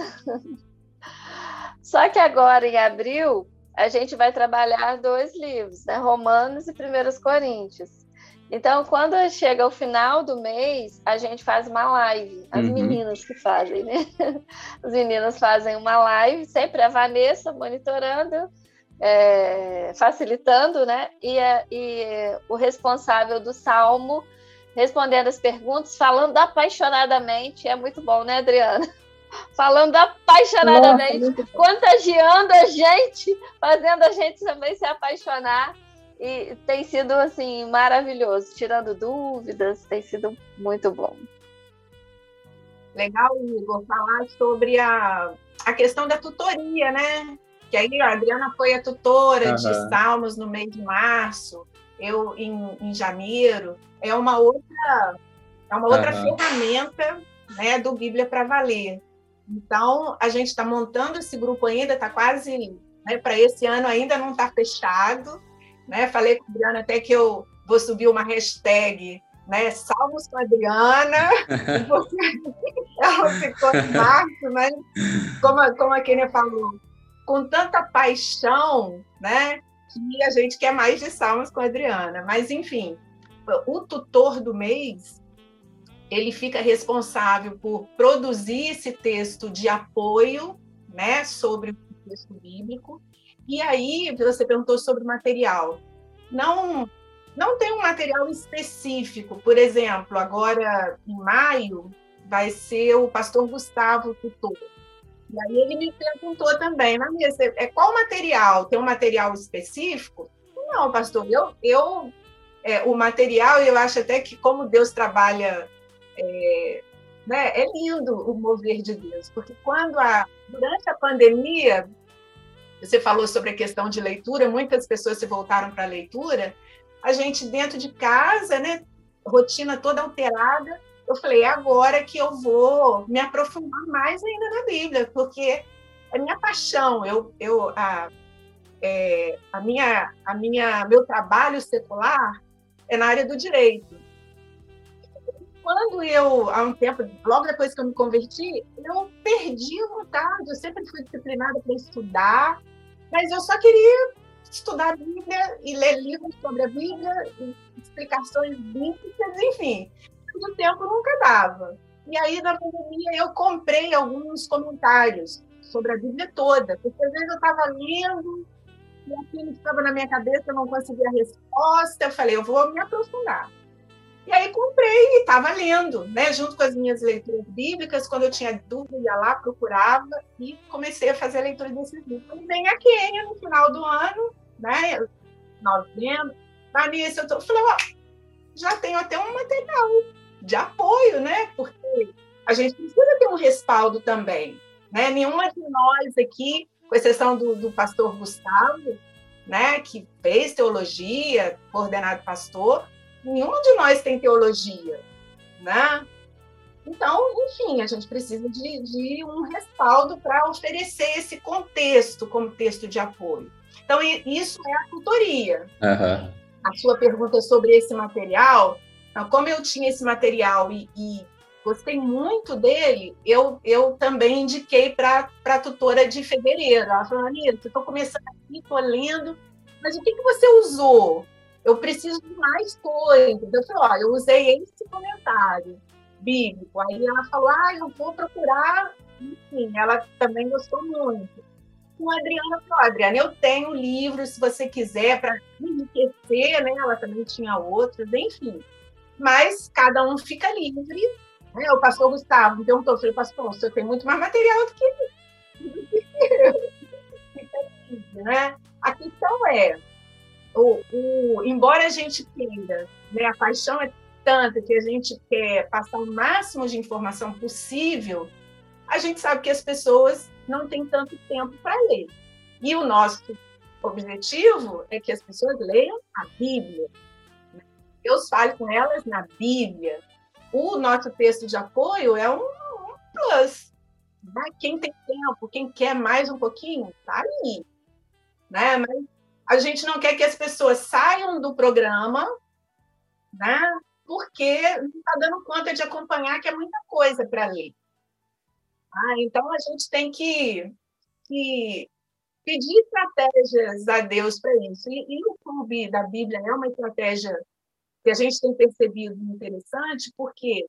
C: Só que agora, em abril, a gente vai trabalhar dois livros, né? Romanos e Primeiros Coríntios. Então, quando chega o final do mês, a gente faz uma live. As uhum. meninas que fazem, né? As meninas fazem uma live, sempre a Vanessa monitorando, é, facilitando, né? E, a, e o responsável do Salmo respondendo as perguntas, falando apaixonadamente. É muito bom, né, Adriana? Falando apaixonadamente, Nossa, contagiando a gente, fazendo a gente também se apaixonar. E tem sido, assim, maravilhoso, tirando dúvidas, tem sido muito bom.
D: Legal, Igor, falar sobre a, a questão da tutoria, né? Que aí a Adriana foi a tutora uhum. de Salmos no mês de março, eu em, em janeiro. É uma outra, é uma outra uhum. ferramenta, né, do Bíblia para Valer. Então, a gente está montando esse grupo ainda, está quase, né, para esse ano ainda não está fechado. Né? Falei com a Adriana até que eu vou subir uma hashtag, né, Salmos com a Adriana, porque ela ficou em março, né? Como, a, como a Kênia falou, com tanta paixão, né, que a gente quer mais de Salmos com a Adriana. Mas, enfim, o tutor do mês, ele fica responsável por produzir esse texto de apoio, né, sobre o texto bíblico. E aí, você perguntou sobre o material. Não, não tem um material específico. Por exemplo, agora, em maio, vai ser o pastor Gustavo tutor. E aí ele me perguntou também, mas é qual material? Tem um material específico? Não, pastor, eu... eu É, o material, eu acho até que como Deus trabalha, é, né, é lindo o mover de Deus, porque quando a, durante a pandemia, você falou sobre a questão de leitura, muitas pessoas se voltaram para a leitura, a gente dentro de casa, né, rotina toda alterada, eu falei, é agora que eu vou me aprofundar mais ainda na Bíblia, porque é minha paixão, eu, eu, a, é, a minha, a minha, meu trabalho secular é na área do direito. Quando eu, há um tempo, logo depois que eu me converti, eu perdi a vontade, eu sempre fui disciplinada para estudar, mas eu só queria estudar a Bíblia e ler livros sobre a Bíblia, explicações bíblicas, enfim. O tempo nunca dava. E aí, na pandemia, eu comprei alguns comentários sobre a Bíblia toda, porque às vezes eu estava lendo, e aquilo estava na minha cabeça, eu não conseguia a resposta, eu falei, eu vou me aprofundar. E aí comprei e estava lendo, né, junto com as minhas leituras bíblicas, quando eu tinha dúvida, ia lá, procurava, e comecei a fazer a leitura desses livros. E vem a Kênia no final do ano, né, novembro, Vanessa, eu tô, falei, ó, já tenho até um material de apoio, né, porque a gente precisa ter um respaldo também, né, nenhuma de nós aqui, com exceção do, do pastor Gustavo, né, que fez teologia, coordenado pastor, nenhum de nós tem teologia, né? Então, enfim, a gente precisa de, de um respaldo para oferecer esse contexto como texto de apoio. Então, isso é a tutoria.
B: Uhum.
D: A sua pergunta sobre esse material, como eu tinha esse material e, e gostei muito dele, eu, eu também indiquei para a tutora de fevereiro. Ela falou, Anitta, estou começando aqui, estou lendo, mas o que, que você usou? Eu preciso de mais coisas. Eu falei, olha, eu usei esse comentário bíblico. Aí ela falou, ah, eu vou procurar. Enfim, ela também gostou muito. Com a Adriana, falou, Adriana, eu tenho livro, se você quiser, para enriquecer, né? Ela também tinha outros, enfim. Mas cada um fica livre. Né? O pastor Gustavo me perguntou, eu falei, pastor, o senhor tem muito mais material do que eu. Fica livre, né? A questão é, O, o, embora a gente queira, né, a paixão é tanta que a gente quer passar o máximo de informação possível, a gente sabe que as pessoas não têm tanto tempo para ler. E o nosso objetivo é que as pessoas leiam a Bíblia. Deus fale com elas na Bíblia. O nosso texto de apoio é um, um plus. Né? Quem tem tempo, quem quer mais um pouquinho, está ali. Né? Mas a gente não quer que as pessoas saiam do programa, né, porque não está dando conta de acompanhar, que é muita coisa para ler. Ah, então, a gente tem que, que pedir estratégias a Deus para isso. E, e o Clube da Bíblia é uma estratégia que a gente tem percebido interessante, porque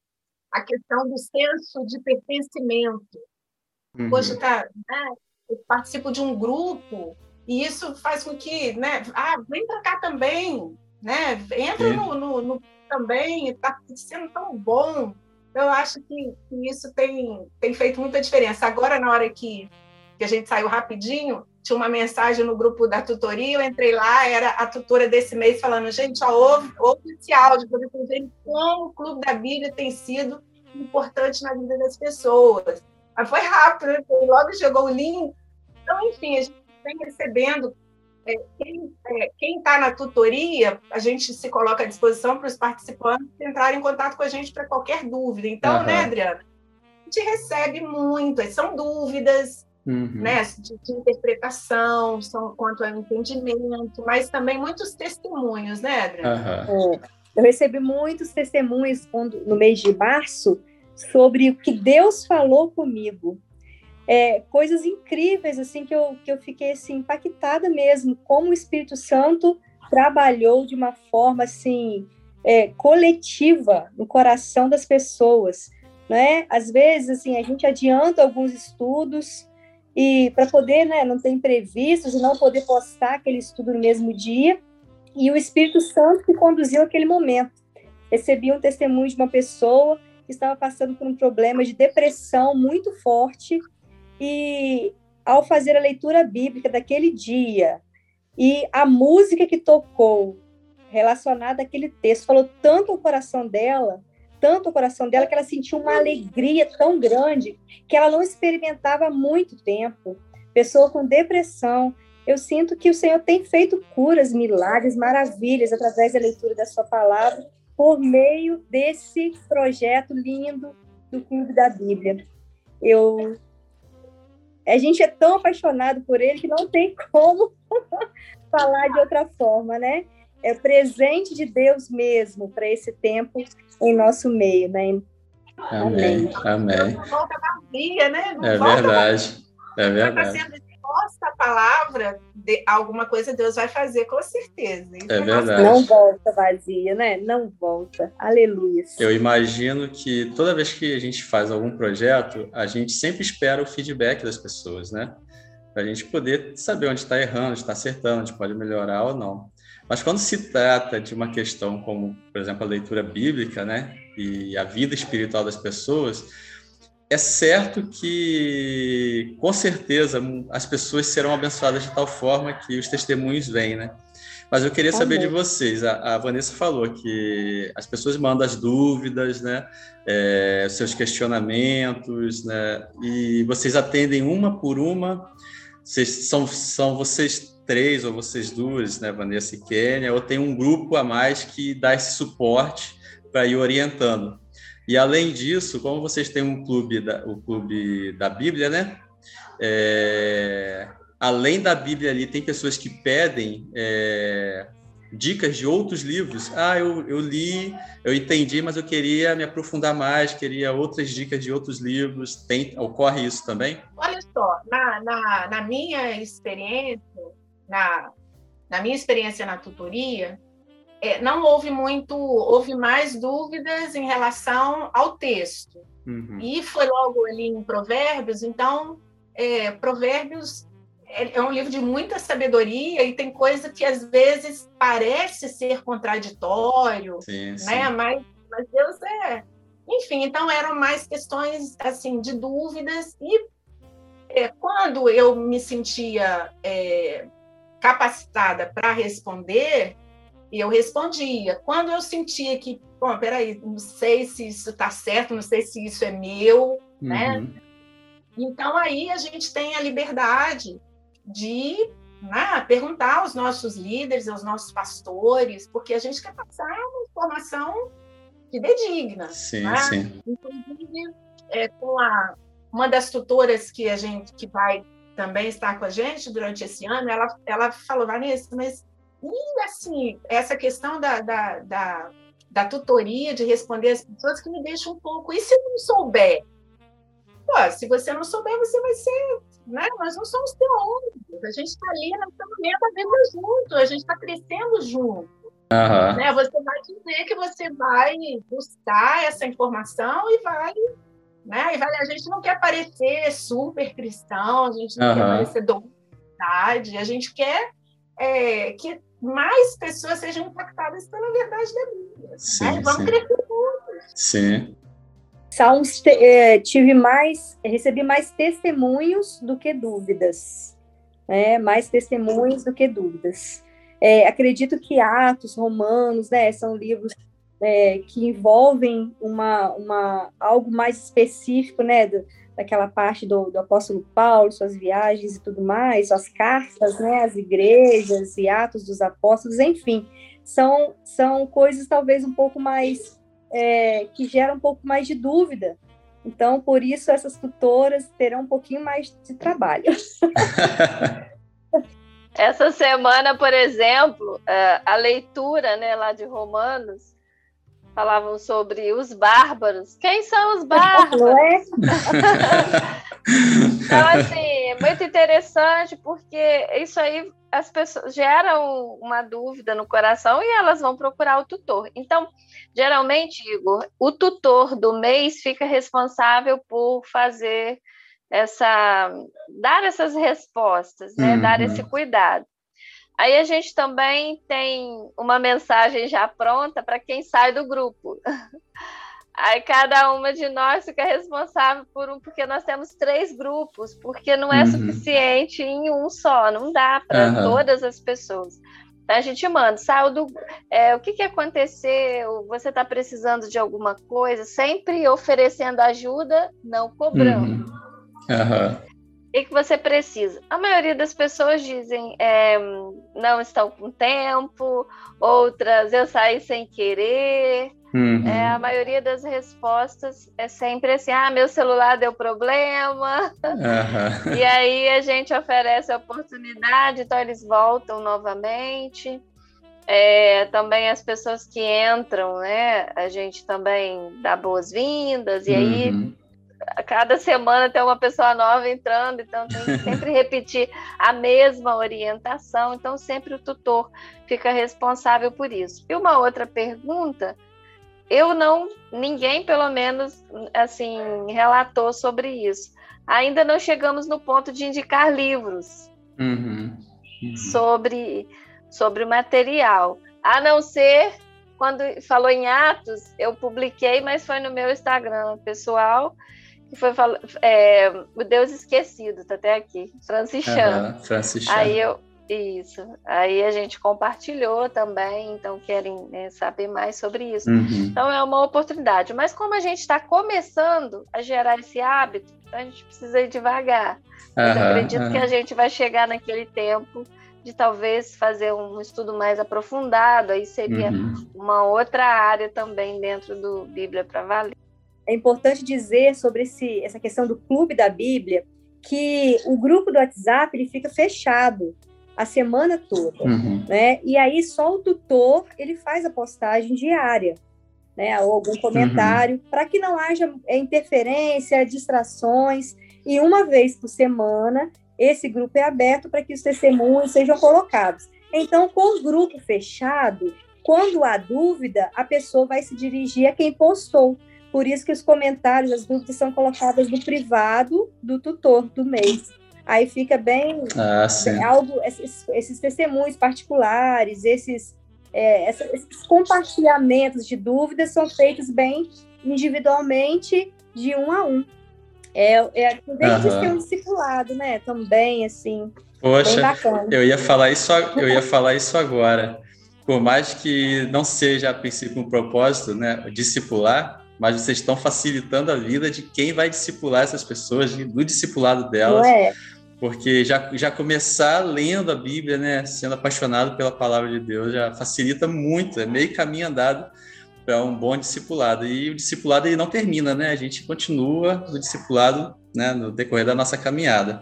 D: a questão do senso de pertencimento.
B: Uhum.
D: Poxa, tá, né? Eu participo de um grupo, e isso faz com que, né? Ah, vem para cá também, né? Entra no, no, no também, está sendo tão bom. Eu acho que, que isso tem, tem feito muita diferença. Agora, na hora que, que a gente saiu rapidinho, tinha uma mensagem no grupo da tutoria, eu entrei lá, era a tutora desse mês falando, gente, ó, ouve, ouve esse áudio para vocês verem como o Clube da Bíblia tem sido importante na vida das pessoas. Mas foi rápido, né? Logo chegou o link. Então, enfim, a gente vem recebendo. É, quem está é, na tutoria, a gente se coloca à disposição para os participantes entrarem em contato com a gente para qualquer dúvida. Então, uhum. né, Adriana? A gente recebe muitas, são dúvidas, uhum. né, de, de interpretação, são quanto ao entendimento, mas também muitos testemunhos, né, Adriana?
E: Uhum. É, eu recebi muitos testemunhos quando, no mês de março sobre o que Deus falou comigo. É, coisas incríveis, assim, que eu, que eu fiquei, assim, impactada mesmo, como o Espírito Santo trabalhou de uma forma, assim, é, coletiva no coração das pessoas, né? Às vezes, assim, a gente adianta alguns estudos e para poder, né, não ter imprevistos e não poder postar aquele estudo no mesmo dia, e o Espírito Santo que conduziu aquele momento. Recebi um testemunho de uma pessoa que estava passando por um problema de depressão muito forte, e ao fazer a leitura bíblica daquele dia, e a música que tocou relacionada àquele texto, falou tanto ao coração dela, tanto ao coração dela, que ela sentiu uma alegria tão grande, que ela não experimentava há muito tempo. Pessoa com depressão, eu sinto que o Senhor tem feito curas, milagres, maravilhas, através da leitura da sua palavra, por meio desse projeto lindo do Clube da Bíblia. Eu... A gente é tão apaixonado por ele que não tem como falar de outra forma, né? É presente de Deus mesmo para esse tempo em nosso meio, né?
B: Amém, amém.
D: Não volta vazia, né? Não
B: é
D: volta
B: verdade,
D: vazia.
B: é verdade.
D: Está sendo exposta a palavra, de alguma coisa Deus vai fazer, com certeza. Isso
B: é verdade.
E: Não volta vazia, né? Não volta. Aleluia.
B: Eu imagino que toda vez que a gente faz algum projeto, a gente sempre espera o feedback das pessoas, né? Para a gente poder saber onde está errando, onde está acertando, onde pode melhorar ou não. Mas quando se trata de uma questão como, por exemplo, a leitura bíblica, né? E a vida espiritual das pessoas, é certo que, com certeza, as pessoas serão abençoadas de tal forma que os testemunhos vêm, né? Mas eu queria saber de vocês. A, a Vanessa falou que as pessoas mandam as dúvidas, né? É, seus questionamentos, né? E vocês atendem uma por uma. Vocês, são, são vocês três ou vocês duas, né? Vanessa e Kênia, ou tem um grupo a mais que dá esse suporte para ir orientando. E, além disso, como vocês têm um clube, da, o Clube da Bíblia, né? É, além da Bíblia ali, tem pessoas que pedem é, dicas de outros livros. Ah, eu, eu li, eu entendi, mas eu queria me aprofundar mais, queria outras dicas de outros livros. Tem, ocorre isso também?
D: Olha só, na, na, na minha experiência, na, na minha experiência na tutoria, É, não houve muito, houve mais dúvidas em relação ao texto. Uhum. E foi logo ali em Provérbios, então, é, Provérbios é, é um livro de muita sabedoria e tem coisa que às vezes parece ser contraditório, sim, né? Sim. Mas, mas Deus é... Enfim, então eram mais questões assim, de dúvidas e é, quando eu me sentia é, capacitada para responder, e eu respondia. Quando eu sentia que, bom, peraí, não sei se isso está certo, não sei se isso é meu, uhum. né? Então, aí a gente tem a liberdade de né, perguntar aos nossos líderes, aos nossos pastores, porque a gente quer passar uma informação fidedigna.
B: Sim,
D: né?
B: sim.
D: Inclusive, é, com a, uma das tutoras que a gente que vai também estar com a gente durante esse ano, ela, ela falou, Vanessa, mas e, assim, essa questão da, da, da, da tutoria, de responder as pessoas, que me deixa um pouco... E se eu não souber? Pô, se você não souber, você vai ser... Né? Nós não somos teólogos, a gente está ali nessa momento a vida junto, a gente está crescendo junto.
B: Uhum.
D: Né? Você vai dizer que você vai buscar essa informação e vai... Né? E vai, a gente não quer parecer super cristão, a gente não uhum. quer parecer doutridade, a gente quer é, que mais pessoas sejam impactadas pela verdade da Bíblia.
B: Sim,
D: né? Vamos
B: sim.
D: crescer juntos.
B: Sim.
E: Salmos, é, tive mais, recebi mais testemunhos do que dúvidas. Né? Mais testemunhos do que dúvidas. É, acredito que Atos, Romanos, né, são livros é, que envolvem uma, uma, algo mais específico, né, do, daquela parte do, do apóstolo Paulo, suas viagens e tudo mais, as cartas, né, as igrejas e Atos dos Apóstolos, enfim, são, são coisas talvez um pouco mais, é, que geram um pouco mais de dúvida. Então, por isso, essas tutoras terão um pouquinho mais de trabalho.
C: Essa semana, por exemplo, a leitura, né, lá de Romanos, falavam sobre os bárbaros. Quem são os bárbaros?
E: Não é?
C: Então, assim, é muito interessante, porque isso aí as pessoas geram uma dúvida no coração e elas vão procurar o tutor. Então, geralmente, Igor, o tutor do mês fica responsável por fazer essa, dar essas respostas, né? Uhum. Dar esse cuidado. Aí a gente também tem uma mensagem já pronta para quem sai do grupo. Aí cada uma de nós fica responsável por um, porque nós temos três grupos, porque não é uhum. suficiente em um só, não dá para uhum. todas as pessoas. Então a gente manda, saiu do, é, o que, que aconteceu, você está precisando de alguma coisa, sempre oferecendo ajuda, não cobrando.
B: Uhum. Uhum.
C: O que, que você precisa? A maioria das pessoas dizem, é, não estão com tempo, outras, eu saí sem querer. Uhum. É, a maioria das respostas é sempre assim, ah, meu celular deu problema. Uhum. E aí a gente oferece a oportunidade, então eles voltam novamente. É, também as pessoas que entram, né? A gente também dá boas-vindas, e aí uhum. a cada semana tem uma pessoa nova entrando, então tem que sempre repetir a mesma orientação, então sempre o tutor fica responsável por isso. E uma outra pergunta, eu não, ninguém pelo menos assim, relatou sobre isso. Ainda não chegamos no ponto de indicar livros
B: uhum. Uhum.
C: sobre, sobre o material, a não ser... Quando falou em Atos, eu publiquei, mas foi no meu Instagram pessoal, que foi é, o Deus Esquecido, tá até aqui, Francis Chan.
B: Uhum, Francis Chan.
C: Aí eu, isso, aí a gente compartilhou também, então querem, né, saber mais sobre isso.
B: Uhum.
C: Então é uma oportunidade, mas como a gente está começando a gerar esse hábito, a gente precisa ir devagar. Mas
B: uhum,
C: eu acredito
B: uhum.
C: que a gente vai chegar naquele tempo de talvez fazer um estudo mais aprofundado, aí seria uhum. uma outra área também dentro do Bíblia para Valer.
E: É importante dizer sobre esse, essa questão do clube da Bíblia, que o grupo do WhatsApp ele fica fechado a semana toda,
B: uhum.
E: né? E aí só o tutor ele faz a postagem diária, né? Ou algum comentário, uhum. para que não haja interferência, distrações, e uma vez por semana esse grupo é aberto para que os testemunhos sejam colocados. Então, com o grupo fechado, quando há dúvida, a pessoa vai se dirigir a quem postou. Por isso que os comentários, as dúvidas são colocadas no privado do tutor do mês. Aí fica bem...
B: Ah, sim.
E: Algo, esses, esses testemunhos particulares, esses, é, esses compartilhamentos de dúvidas são feitos bem individualmente, de um a um. É, é bem uhum. de ser um discipulado, né? Também, assim,
B: Poxa,
E: bem bacana.
B: Eu ia falar isso, eu ia falar isso agora. Por mais que não seja, a princípio, um propósito, né, discipular, mas vocês estão facilitando a vida de quem vai discipular essas pessoas, do discipulado delas.
E: Não é?
B: Porque já, já começar lendo a Bíblia, né, sendo apaixonado pela palavra de Deus, já facilita muito, é meio caminho andado para um bom discipulado. E o discipulado ele não termina, né? A gente continua no discipulado, né, no decorrer da nossa caminhada.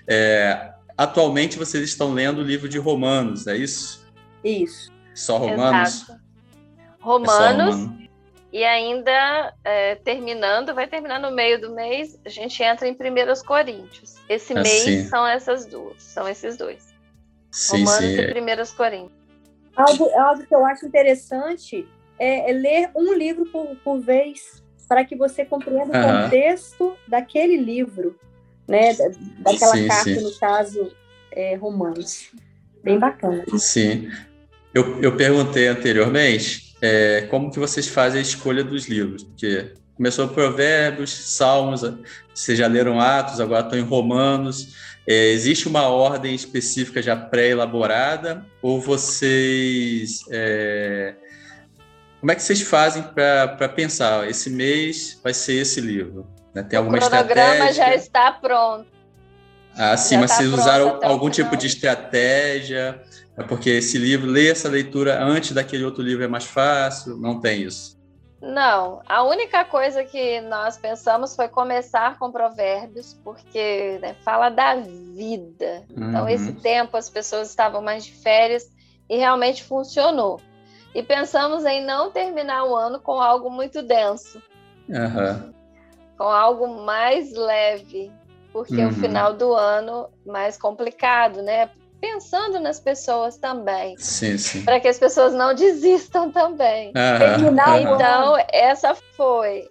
B: É, atualmente vocês estão lendo o livro de Romanos, é isso?
E: Isso.
B: Só Romanos?
C: Exato. Romanos,
B: Romano.
C: E ainda é, terminando, vai terminar no meio do mês, a gente entra em Primeiros Coríntios. Esse
B: Ah,
C: mês
B: sim.
C: são essas duas, são esses dois.
B: Sim,
C: Romanos
B: sim.
C: e Primeiros Coríntios.
E: Algo, algo que eu acho interessante é, é ler um livro por, por vez, para que você compreenda o
B: Aham.
E: contexto daquele livro, né? Da- Daquela
B: Sim,
E: carta,
B: sim.
E: no caso, é, Romanos. Bem bacana.
B: Sim. Eu, eu perguntei anteriormente é, como que vocês fazem a escolha dos livros, porque começou Provérbios, Salmos, vocês já leram Atos, agora estão em Romanos. É, existe uma ordem específica já pré-elaborada ou vocês... é, como é que vocês fazem para pensar? Esse mês vai ser esse livro, né? Tem
C: O
B: alguma
C: cronograma já
B: estratégia?
C: está pronto.
B: Ah, sim,
C: Já
B: mas
C: está
B: vocês
C: pronto
B: usaram
C: até o
B: algum tipo
C: final.
B: de estratégia? É porque esse livro, ler essa leitura antes daquele outro livro é mais fácil? Não tem isso.
C: Não, a única coisa que nós pensamos foi começar com Provérbios, porque né, fala da vida. Então,
B: Uhum.
C: esse tempo as pessoas estavam mais de férias e realmente funcionou. E pensamos em não terminar o ano com algo muito denso,
B: Aham.
C: com algo mais leve, porque
B: Uhum.
C: o final do ano mais complicado, né? Pensando nas pessoas também,
B: Sim, sim.
C: para que as pessoas não desistam também.
B: Aham,
E: Terminar o
B: aham.
C: Então, essa foi.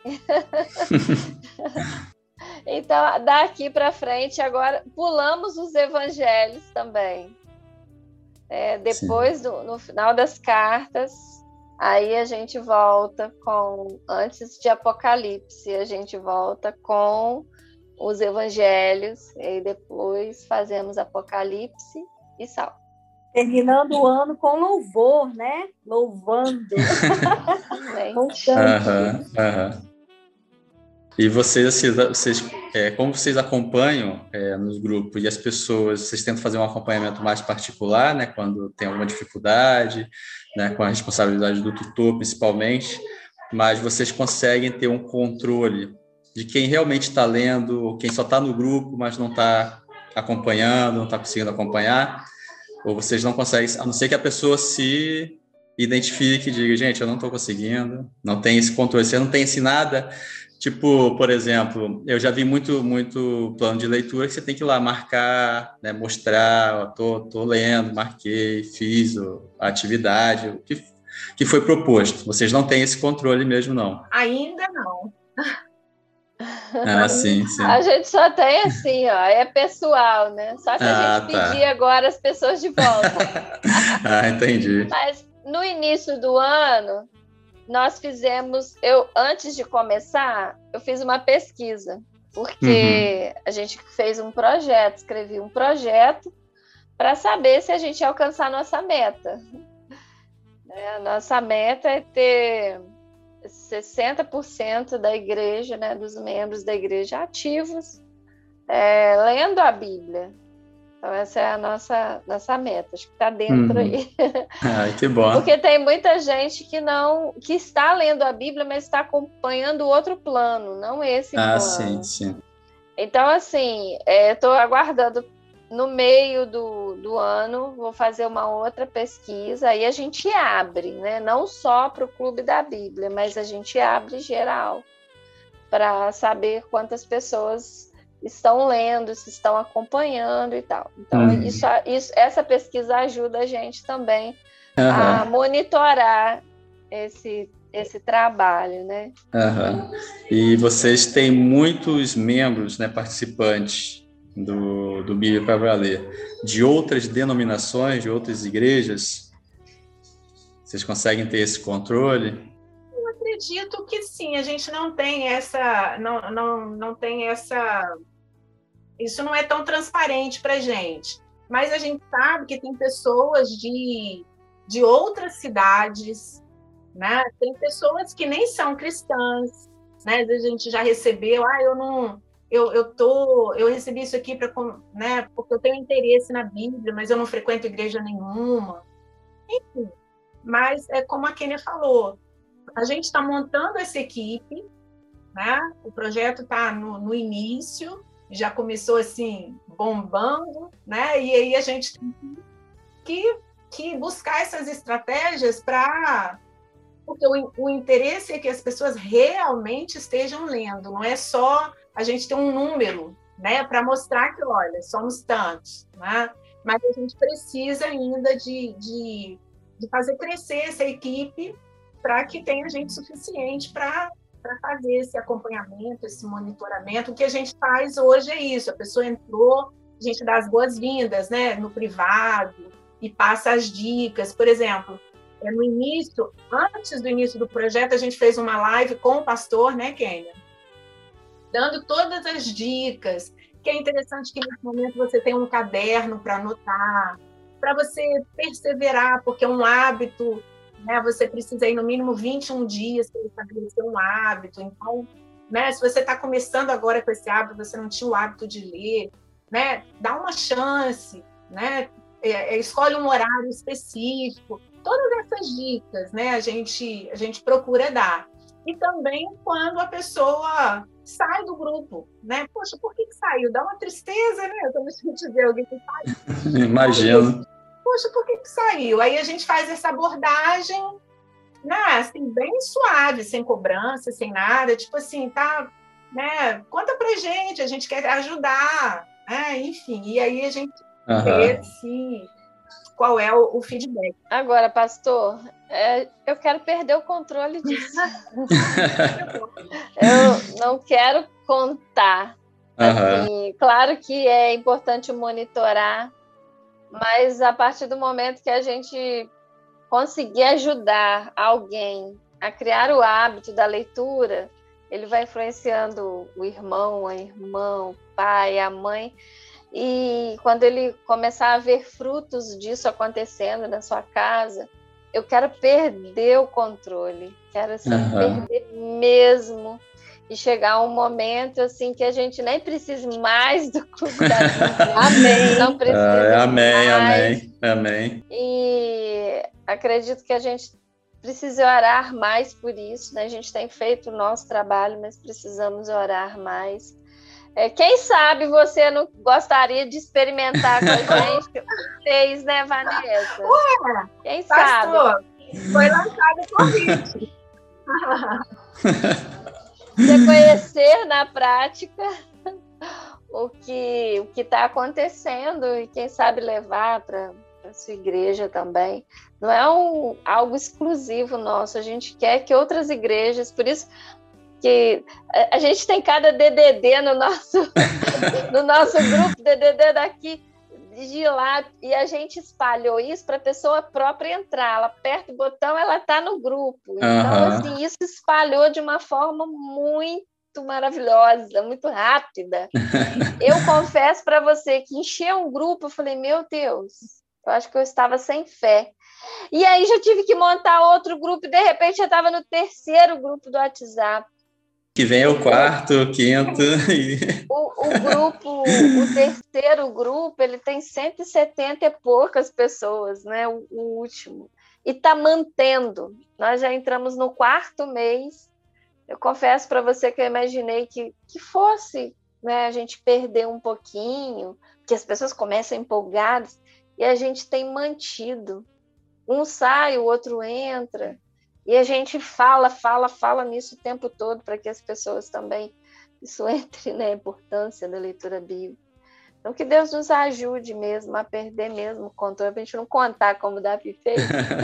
C: Então, daqui para frente, agora pulamos os evangelhos também. É, depois, do, no final das cartas, aí a gente volta com, antes de Apocalipse, a gente volta com os evangelhos, e depois fazemos Apocalipse e Salmo.
E: Terminando o ano com louvor, né? Louvando.
C: Exatamente.
B: Aham, aham. E vocês, assim, vocês é, como vocês acompanham é, nos grupos e as pessoas, vocês tentam fazer um acompanhamento mais particular, né, quando tem alguma dificuldade, né, com a responsabilidade do tutor, principalmente, mas vocês conseguem ter um controle de quem realmente está lendo, quem só está no grupo, mas não está acompanhando, não está conseguindo acompanhar, ou vocês não conseguem, a não ser que a pessoa se identifique e diga, gente, eu não estou conseguindo, não tem esse controle, você não tem esse nada. Tipo, por exemplo, eu já vi muito, muito plano de leitura que você tem que ir lá marcar, né, mostrar, ó, tô, tô lendo, marquei, fiz a atividade, o que, que foi proposto. Vocês não têm esse controle mesmo, não?
D: Ainda não.
B: Ah, sim, sim.
C: A gente só tem assim, ó, é pessoal, né? Só se a
B: Ah,
C: gente
B: tá.
C: pedir agora as pessoas de volta.
B: Ah, entendi.
C: Mas no início do ano, nós fizemos, eu antes de começar, eu fiz uma pesquisa, porque uhum. a gente fez um projeto, escrevi um projeto para saber se a gente ia alcançar a nossa meta. A nossa meta é ter sessenta por cento da igreja, né, dos membros da igreja ativos, é, lendo a Bíblia. Então, essa é a nossa, nossa meta, acho que está dentro uhum. aí.
B: Ai, que bom.
C: Porque tem muita gente que não, que está lendo a Bíblia, mas está acompanhando outro plano, não esse
B: ah,
C: plano.
B: Ah, sim, sim.
C: Então, assim, estou é, aguardando no meio do, do ano, vou fazer uma outra pesquisa, aí a gente abre, né? Não só para o Clube da Bíblia, mas a gente abre geral, para saber quantas pessoas estão lendo, se estão acompanhando e tal. Então, uhum. isso, isso, essa pesquisa ajuda a gente também uhum. a monitorar esse, esse trabalho, né?
B: Uhum. E vocês têm muitos membros, né, participantes do, do Bíblia para Valer, de outras denominações, de outras igrejas? Vocês conseguem ter esse controle?
D: Acredito que sim, a gente não tem essa, não, não, não tem essa, isso não é tão transparente para a gente, mas a gente sabe que tem pessoas de, de outras cidades, né? Tem pessoas que nem são cristãs, né? A gente já recebeu, ah, eu não, eu, eu, tô, eu recebi isso aqui pra, né, porque eu tenho interesse na Bíblia, mas eu não frequento igreja nenhuma, enfim, mas é como a Kênia falou, a gente está montando essa equipe, né? O projeto está no, no início, já começou assim, bombando, né? E aí a gente tem que, que buscar essas estratégias para porque o, o interesse é que as pessoas realmente estejam lendo, não é só a gente ter um número, né, para mostrar que, olha, somos tantos, né? Mas a gente precisa ainda de, de, de fazer crescer essa equipe para que tenha gente suficiente para fazer esse acompanhamento, esse monitoramento. O que a gente faz hoje é isso, a pessoa entrou, a gente dá as boas-vindas, né, no privado e passa as dicas. Por exemplo, no início, antes do início do projeto, a gente fez uma live com o pastor, né, Kênia? Dando todas as dicas, que é interessante que nesse momento você tenha um caderno para anotar, para você perseverar, porque é um hábito, né? Você precisa ir no mínimo vinte e um dias para estabelecer um hábito. Então, né, se você está começando agora com esse hábito, você não tinha o hábito de ler, né? Dá uma chance, né? É, escolhe um horário específico. Todas essas dicas, né, a gente, a gente procura dar. E também quando a pessoa sai do grupo, né? Poxa, por que, que saiu? Dá uma tristeza, né? Eu também sinto ver alguém que saiu.
B: Imagino.
D: Poxa, por que, que saiu? Aí a gente faz essa abordagem, né? Assim, bem suave, sem cobrança, sem nada. Tipo assim, tá, né? Conta pra gente, a gente quer ajudar, né? Enfim, e aí a gente
B: Uhum.
D: vê se... qual é o, o feedback.
C: Agora, pastor, é, eu quero perder o controle disso. Eu não quero contar. Assim,
B: Uhum.
C: claro que é importante monitorar, mas a partir do momento que a gente conseguir ajudar alguém a criar o hábito da leitura, ele vai influenciando o irmão, a irmã, o pai, a mãe. E quando ele começar a ver frutos disso acontecendo na sua casa, eu quero perder o controle, quero assim,
B: uhum.
C: perder mesmo, e chegar um momento assim que a gente nem precise mais do clube da Bíblia.
E: Amém.
C: Não precisa
B: Ah, amém,
C: mais.
B: amém, amém.
C: E acredito que a gente precisa orar mais por isso, né? A gente tem feito o nosso trabalho, mas precisamos orar mais. É, quem sabe você não gostaria de experimentar com a gente? Fez, né, Vanessa?
D: Ué,
C: quem
D: pastor,
C: sabe?
D: Foi lançado o convite.
C: Você conhecer na prática o que o que está acontecendo e quem sabe levar para a sua igreja também. Não é um, algo exclusivo nosso, a gente quer que outras igrejas, por isso que a gente tem cada D D D no nosso, no nosso grupo, D D D daqui, de lá, e a gente espalhou isso para a pessoa própria entrar, ela aperta o botão, ela está no grupo. Então,
B: uhum.
C: assim, isso espalhou de uma forma muito maravilhosa, muito rápida. Eu confesso para você que encheu um grupo, eu falei, meu Deus, eu acho que eu estava sem fé. E aí já tive que montar outro grupo, e de repente já estava no terceiro grupo do WhatsApp.
B: Que vem o quarto, o quinto. E...
C: O, o grupo, o terceiro grupo, ele tem cento e setenta e poucas pessoas, né? O, o último. E está mantendo. Nós já entramos no quarto mês. Eu confesso para você que eu imaginei que, que fosse, né, a gente perder um pouquinho, que as pessoas começam empolgadas, e a gente tem mantido. Um sai, o outro entra. E a gente fala, fala, fala nisso o tempo todo para que as pessoas também, isso entre, né, a importância da leitura bíblica. Então, que Deus nos ajude mesmo a perder mesmo o controle, para a gente não contar como o Davi fez.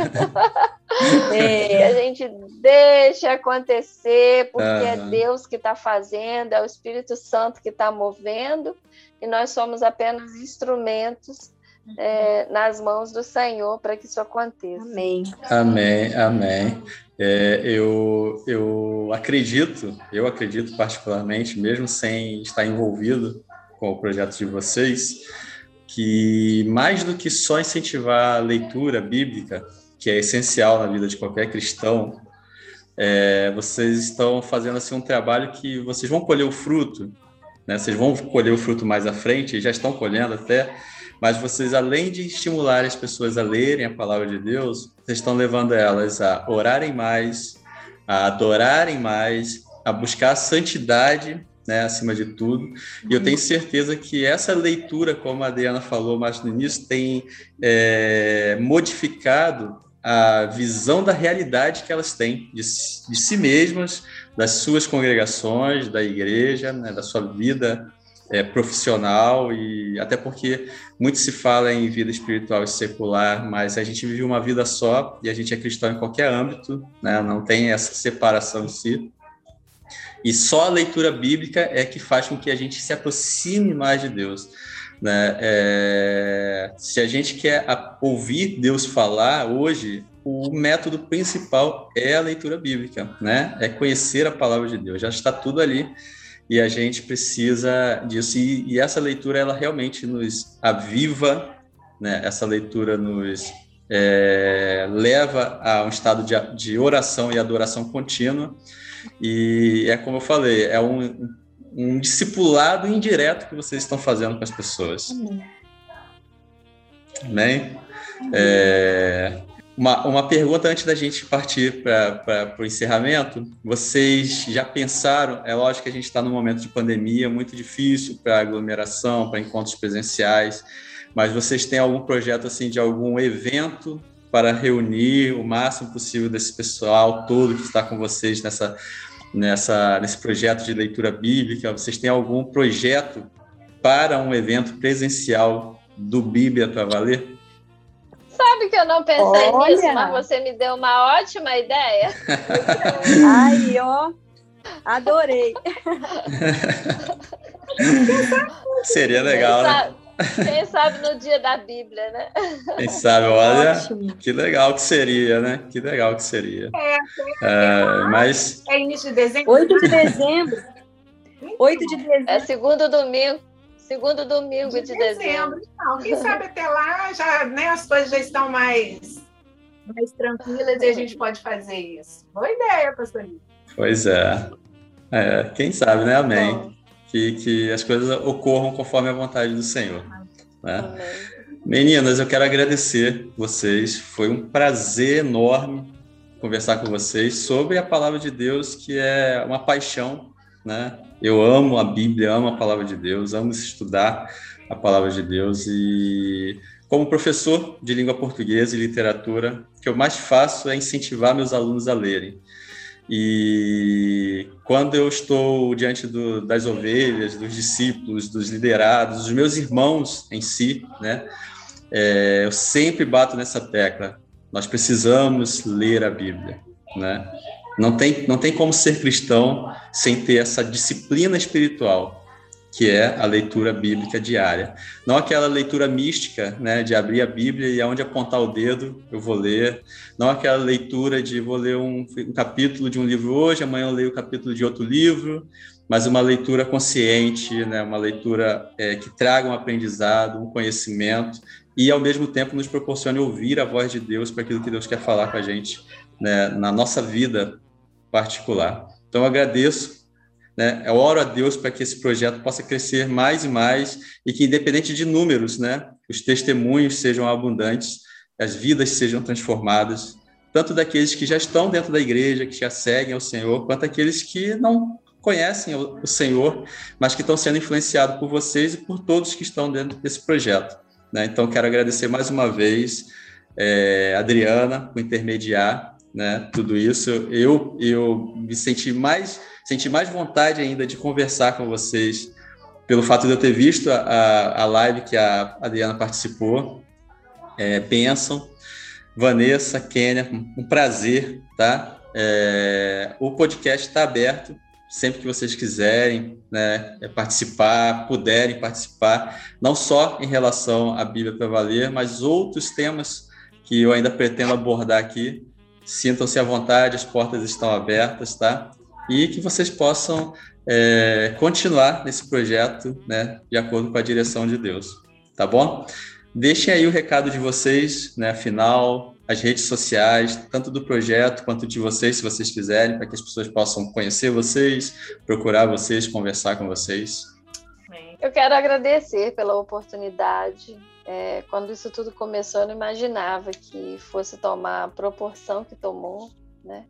C: É. Que a gente deixa acontecer, porque uhum. é Deus que está fazendo, é o Espírito Santo que está movendo, e nós somos apenas instrumentos É, nas mãos do Senhor para que isso aconteça.
E: Amém.
B: Amém, amém. É, eu, eu acredito, eu acredito particularmente, mesmo sem estar envolvido com o projeto de vocês, que mais do que só incentivar a leitura bíblica, que é essencial na vida de qualquer cristão, é, vocês estão fazendo assim, um trabalho que vocês vão colher o fruto, né? Vocês vão colher o fruto mais à frente, já estão colhendo até, mas vocês, além de estimular as pessoas a lerem a palavra de Deus, vocês estão levando elas a orarem mais, a adorarem mais, a buscar a santidade, né, acima de tudo. E eu tenho certeza que essa leitura, como a Adriana falou mais no início, tem é, modificado a visão da realidade que elas têm de, de si mesmas, das suas congregações, da igreja, né, da sua vida é, profissional, e até porque muito se fala em vida espiritual e secular, mas a gente vive uma vida só e a gente é cristão em qualquer âmbito, né, não tem essa separação em si. E só a leitura bíblica é que faz com que a gente se aproxime mais de Deus, né? É, se a gente quer a, ouvir Deus falar hoje, o método principal é a leitura bíblica, né? É conhecer a palavra de Deus. Já está tudo ali e a gente precisa disso. E, e essa leitura, ela realmente nos aviva, né? Essa leitura nos é, leva a um estado de, de oração e adoração contínua. E é como eu falei, é um, um discipulado indireto que vocês estão fazendo com as pessoas. Amém? Amém? É, uma, uma pergunta antes da gente partir para o encerramento. Vocês já pensaram, é lógico que a gente está num momento de pandemia muito difícil para aglomeração, para encontros presenciais, mas vocês têm algum projeto assim, de algum evento para reunir o máximo possível desse pessoal todo que está com vocês nessa, nessa, nesse projeto de leitura bíblica? Vocês têm algum projeto para um evento presencial do Bíblia para Valer?
C: Sabe que eu não pensei
E: Olha.
C: nisso, mas você me deu uma ótima ideia.
E: Aí, ó, adorei.
B: Seria legal,
C: Quem
B: né?
C: sabe, quem sabe no dia da Bíblia, né?
B: Quem sabe, olha,
E: Ótimo.
B: que legal que seria, né? Que legal que seria.
D: É,
B: É, mas
D: é início de dezembro.
E: oito de dezembro. oito de dezembro.
C: É segundo domingo, segundo domingo de,
D: de
C: dezembro.
D: dezembro. Não, quem sabe até lá já, né, as coisas já estão mais, mais tranquilas e a gente pode fazer isso. Boa ideia, pastorita.
B: Pois é. É, quem sabe, né? Amém.
C: Bom.
B: Que, que as coisas ocorram conforme a vontade do Senhor. Né?
C: Amém.
B: Meninas, eu quero agradecer vocês. Foi um prazer enorme conversar com vocês sobre a palavra de Deus, que é uma paixão, né? Eu amo a Bíblia, amo a palavra de Deus, amo estudar a palavra de Deus, e como professor de língua portuguesa e literatura, o que eu mais faço é incentivar meus alunos a lerem. E quando eu estou diante do, das ovelhas, dos discípulos, dos liderados, dos meus irmãos em si, né, é, eu sempre bato nessa tecla. Nós precisamos ler a Bíblia, né? Não tem, não tem como ser cristão sem ter essa disciplina espiritual, que é a leitura bíblica diária. Não aquela leitura mística, né, de abrir a Bíblia e aonde apontar o dedo eu vou ler. Não aquela leitura de vou ler um, um capítulo de um livro hoje, amanhã eu leio o capítulo de outro livro, mas uma leitura consciente, né, uma leitura é, que traga um aprendizado, um conhecimento e, ao mesmo tempo, nos proporcione ouvir a voz de Deus para aquilo que Deus quer falar com a gente, né, na nossa vida particular. Então, eu agradeço. Né? Eu oro a Deus para que esse projeto possa crescer mais e mais e que, independente de números, né, os testemunhos sejam abundantes, as vidas sejam transformadas, tanto daqueles que já estão dentro da igreja, que já seguem ao Senhor, quanto aqueles que não conhecem o Senhor, mas que estão sendo influenciados por vocês e por todos que estão dentro desse projeto. Né? Então, quero agradecer mais uma vez é, Adriana por intermediar, né, tudo isso. Eu, eu me senti mais... Senti mais vontade ainda de conversar com vocês pelo fato de eu ter visto a, a live que a Adriana participou. É, Benção, Vanessa, Kênia, um prazer, tá? É, o podcast está aberto, sempre que vocês quiserem, né, participar, puderem participar, não só em relação à Bíblia para Valer, mas outros temas que eu ainda pretendo abordar aqui. Sintam-se à vontade, as portas estão abertas, tá? E que vocês possam é, continuar nesse projeto, né, de acordo com a direção de Deus, tá bom? Deixem aí o recado de vocês, né, afinal, as redes sociais, tanto do projeto quanto de vocês, se vocês quiserem, para que as pessoas possam conhecer vocês, procurar vocês, conversar com vocês.
C: Eu quero agradecer pela oportunidade. É, quando isso tudo começou, eu não imaginava que fosse tomar a proporção que tomou, né?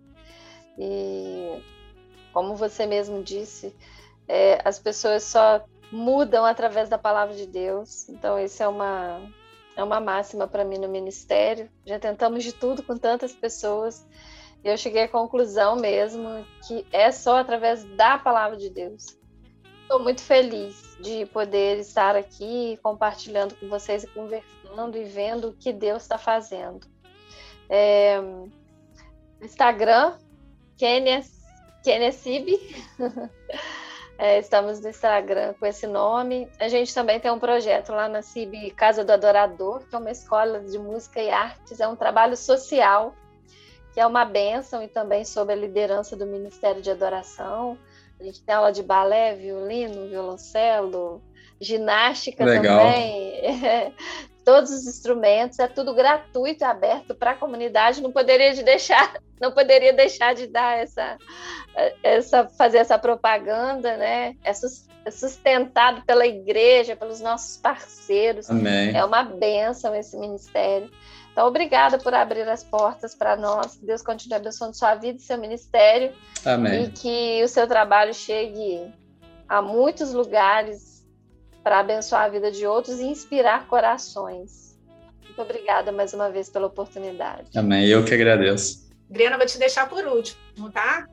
C: E... como você mesmo disse, é, as pessoas só mudam através da palavra de Deus. Então, isso é uma, é uma máxima para mim no ministério. Já tentamos de tudo com tantas pessoas e eu cheguei à conclusão mesmo que é só através da palavra de Deus. Estou muito feliz de poder estar aqui compartilhando com vocês e conversando e vendo o que Deus está fazendo. É, Instagram, Kenia, Kenia Sib. É, estamos no Instagram com esse nome. A gente também tem um projeto lá na C I B Casa do Adorador, que é uma escola de música e artes, é um trabalho social, que é uma bênção, e também sob a liderança do Ministério de Adoração. A gente tem aula de balé, violino, violoncelo, ginástica. Legal. Também. Todos os instrumentos, é tudo gratuito e aberto para a comunidade. Não poderia de deixar, não poderia deixar de dar essa, essa, fazer essa propaganda, né? É sustentado pela igreja, pelos nossos parceiros.
B: Amém.
C: É uma bênção esse ministério. Então, obrigada por abrir as portas para nós. Que Deus continue abençoando sua vida e seu ministério.
B: Amém.
C: E que o seu trabalho chegue a muitos lugares para abençoar a vida de outros e inspirar corações. Muito obrigada mais uma vez pela oportunidade.
B: Amém. Eu que agradeço.
D: Adriana, vou te deixar por último, tá?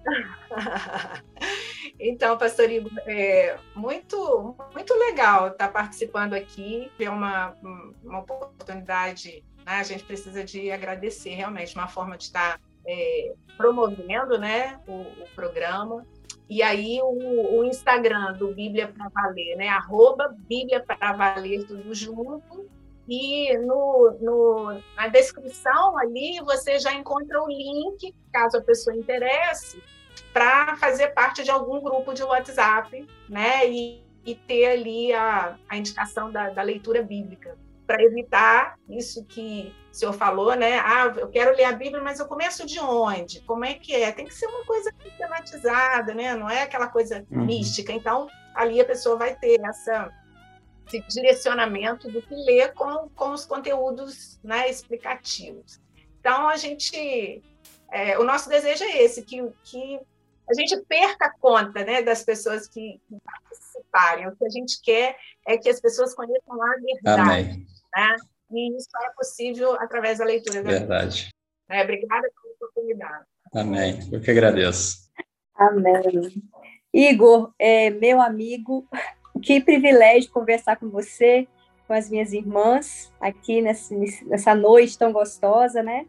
D: Então, pastor Igor, é muito, muito legal estar participando aqui. É uma, uma oportunidade, né? A gente precisa de agradecer, realmente, uma forma de estar é, promovendo, né, o, o programa. E aí o, o Instagram do Bíblia para Valer, né? Arroba Bíblia para Valer, tudo junto. E no, no, na descrição ali você já encontra o link, caso a pessoa interesse, para fazer parte de algum grupo de WhatsApp, né? E, e ter ali a, a indicação da, da leitura bíblica, para evitar isso que o senhor falou, né? Ah, eu quero ler a Bíblia, mas eu começo de onde? Como é que é? Tem que ser uma coisa sistematizada, né? Não é aquela coisa uhum. mística. Então, ali a pessoa vai ter essa, esse direcionamento do que ler com, com os conteúdos, né, explicativos. Então, a gente... É, o nosso desejo é esse, que, que a gente perca a conta, né, das pessoas que participarem. O que a gente quer é que as pessoas conheçam a verdade.
B: Amém.
D: Né? E isso é possível através da leitura da
B: Verdade.
D: Bíblia. É, obrigada pela oportunidade.
B: Amém. Eu que agradeço.
E: Amém. Igor, é, meu amigo, que privilégio conversar com você, com as minhas irmãs, aqui nessa, nessa noite tão gostosa, né?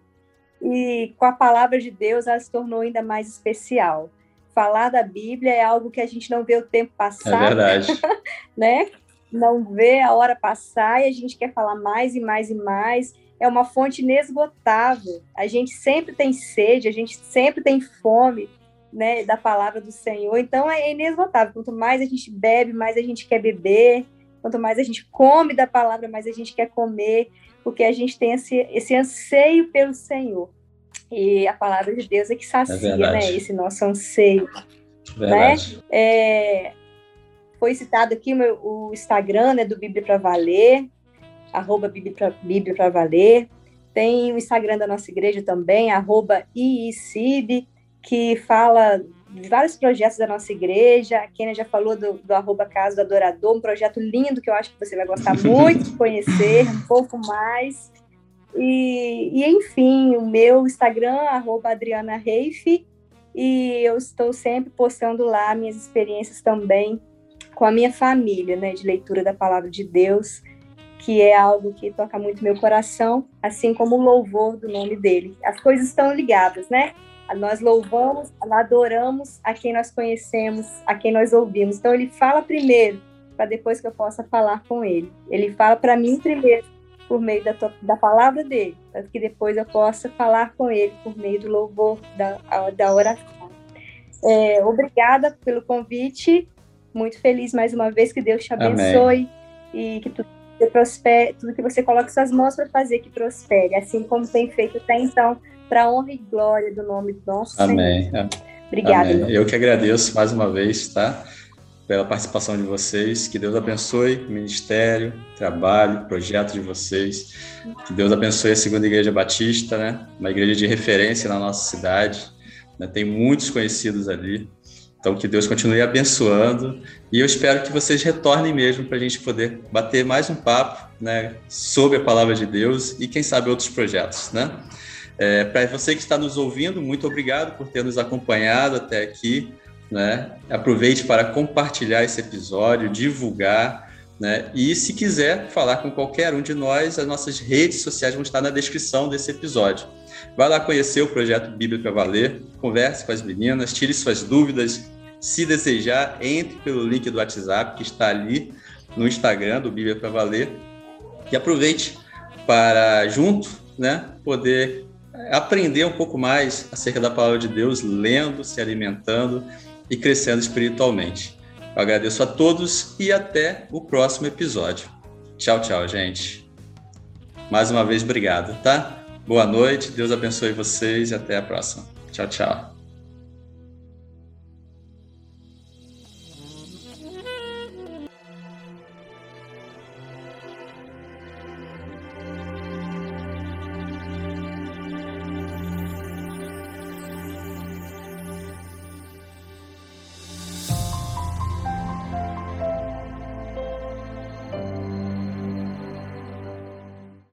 E: E com a palavra de Deus, ela se tornou ainda mais especial. Falar da Bíblia é algo que a gente não vê o tempo passar.
B: É verdade.
E: Né? Não vê a hora passar e a gente quer falar mais e mais e mais. É uma fonte inesgotável. A gente sempre tem sede, a gente sempre tem fome, né, da palavra do Senhor. Então, é inesgotável. Quanto mais a gente bebe, mais a gente quer beber. Quanto mais a gente come da palavra, mais a gente quer comer, porque a gente tem esse, esse anseio pelo Senhor. E a palavra de Deus é que sacia, é né, esse nosso anseio.
B: Verdade.
E: Né? É... Foi citado aqui o, meu, o Instagram, né, do Bíblia para Valer, arroba Bíblia para Valer. Tem o Instagram da nossa igreja também, arroba I I C I B, que fala de vários projetos da nossa igreja. A Kenia já falou do, do arroba Casa do Adorador, um projeto lindo que eu acho que você vai gostar muito de conhecer, um pouco mais. E, e enfim, o meu Instagram, arroba Adriana Reife, e eu estou sempre postando lá minhas experiências também com a minha família, né, de leitura da palavra de Deus, que é algo que toca muito meu coração, assim como o louvor do nome dele. As coisas estão ligadas, né? Nós louvamos, adoramos a quem nós conhecemos, a quem nós ouvimos. Então, ele fala primeiro, para depois que eu possa falar com ele. Ele fala para mim primeiro, por meio da, da palavra dele, para que depois eu possa falar com ele por meio do louvor, da, da oração. É, obrigada pelo convite. Muito feliz mais uma vez, que Deus te abençoe. Amém. E que tudo que, prospere, tudo que você coloque suas mãos para fazer que prospere, assim como tem feito até então, para a honra e glória do nome do nosso
B: Amém.
E: Senhor. Obrigada.
B: Amém. Eu que agradeço mais uma vez, tá? Pela participação de vocês. Que Deus abençoe o ministério, trabalho, projeto de vocês. Que Deus abençoe a Segunda Igreja Batista, né? Uma igreja de referência na nossa cidade. Né? Tem muitos conhecidos ali. Então, que Deus continue abençoando e eu espero que vocês retornem mesmo para a gente poder bater mais um papo, né, sobre a palavra de Deus e, quem sabe, outros projetos, né? É, para você que está nos ouvindo, muito obrigado por ter nos acompanhado até aqui, né? Aproveite para compartilhar esse episódio, divulgar, né? E se quiser falar com qualquer um de nós, as nossas redes sociais vão estar na descrição desse episódio. Vai lá conhecer o projeto Bíblia para Valer, converse com as meninas, tire suas dúvidas. Se desejar, entre pelo link do WhatsApp que está ali no Instagram do Bíblia para Valer e aproveite para, junto, né, poder aprender um pouco mais acerca da palavra de Deus, lendo, se alimentando e crescendo espiritualmente. Eu agradeço a todos e até o próximo episódio. Tchau, tchau, gente. Mais uma vez, obrigado, tá? Boa noite, Deus abençoe vocês e até a próxima. Tchau, tchau.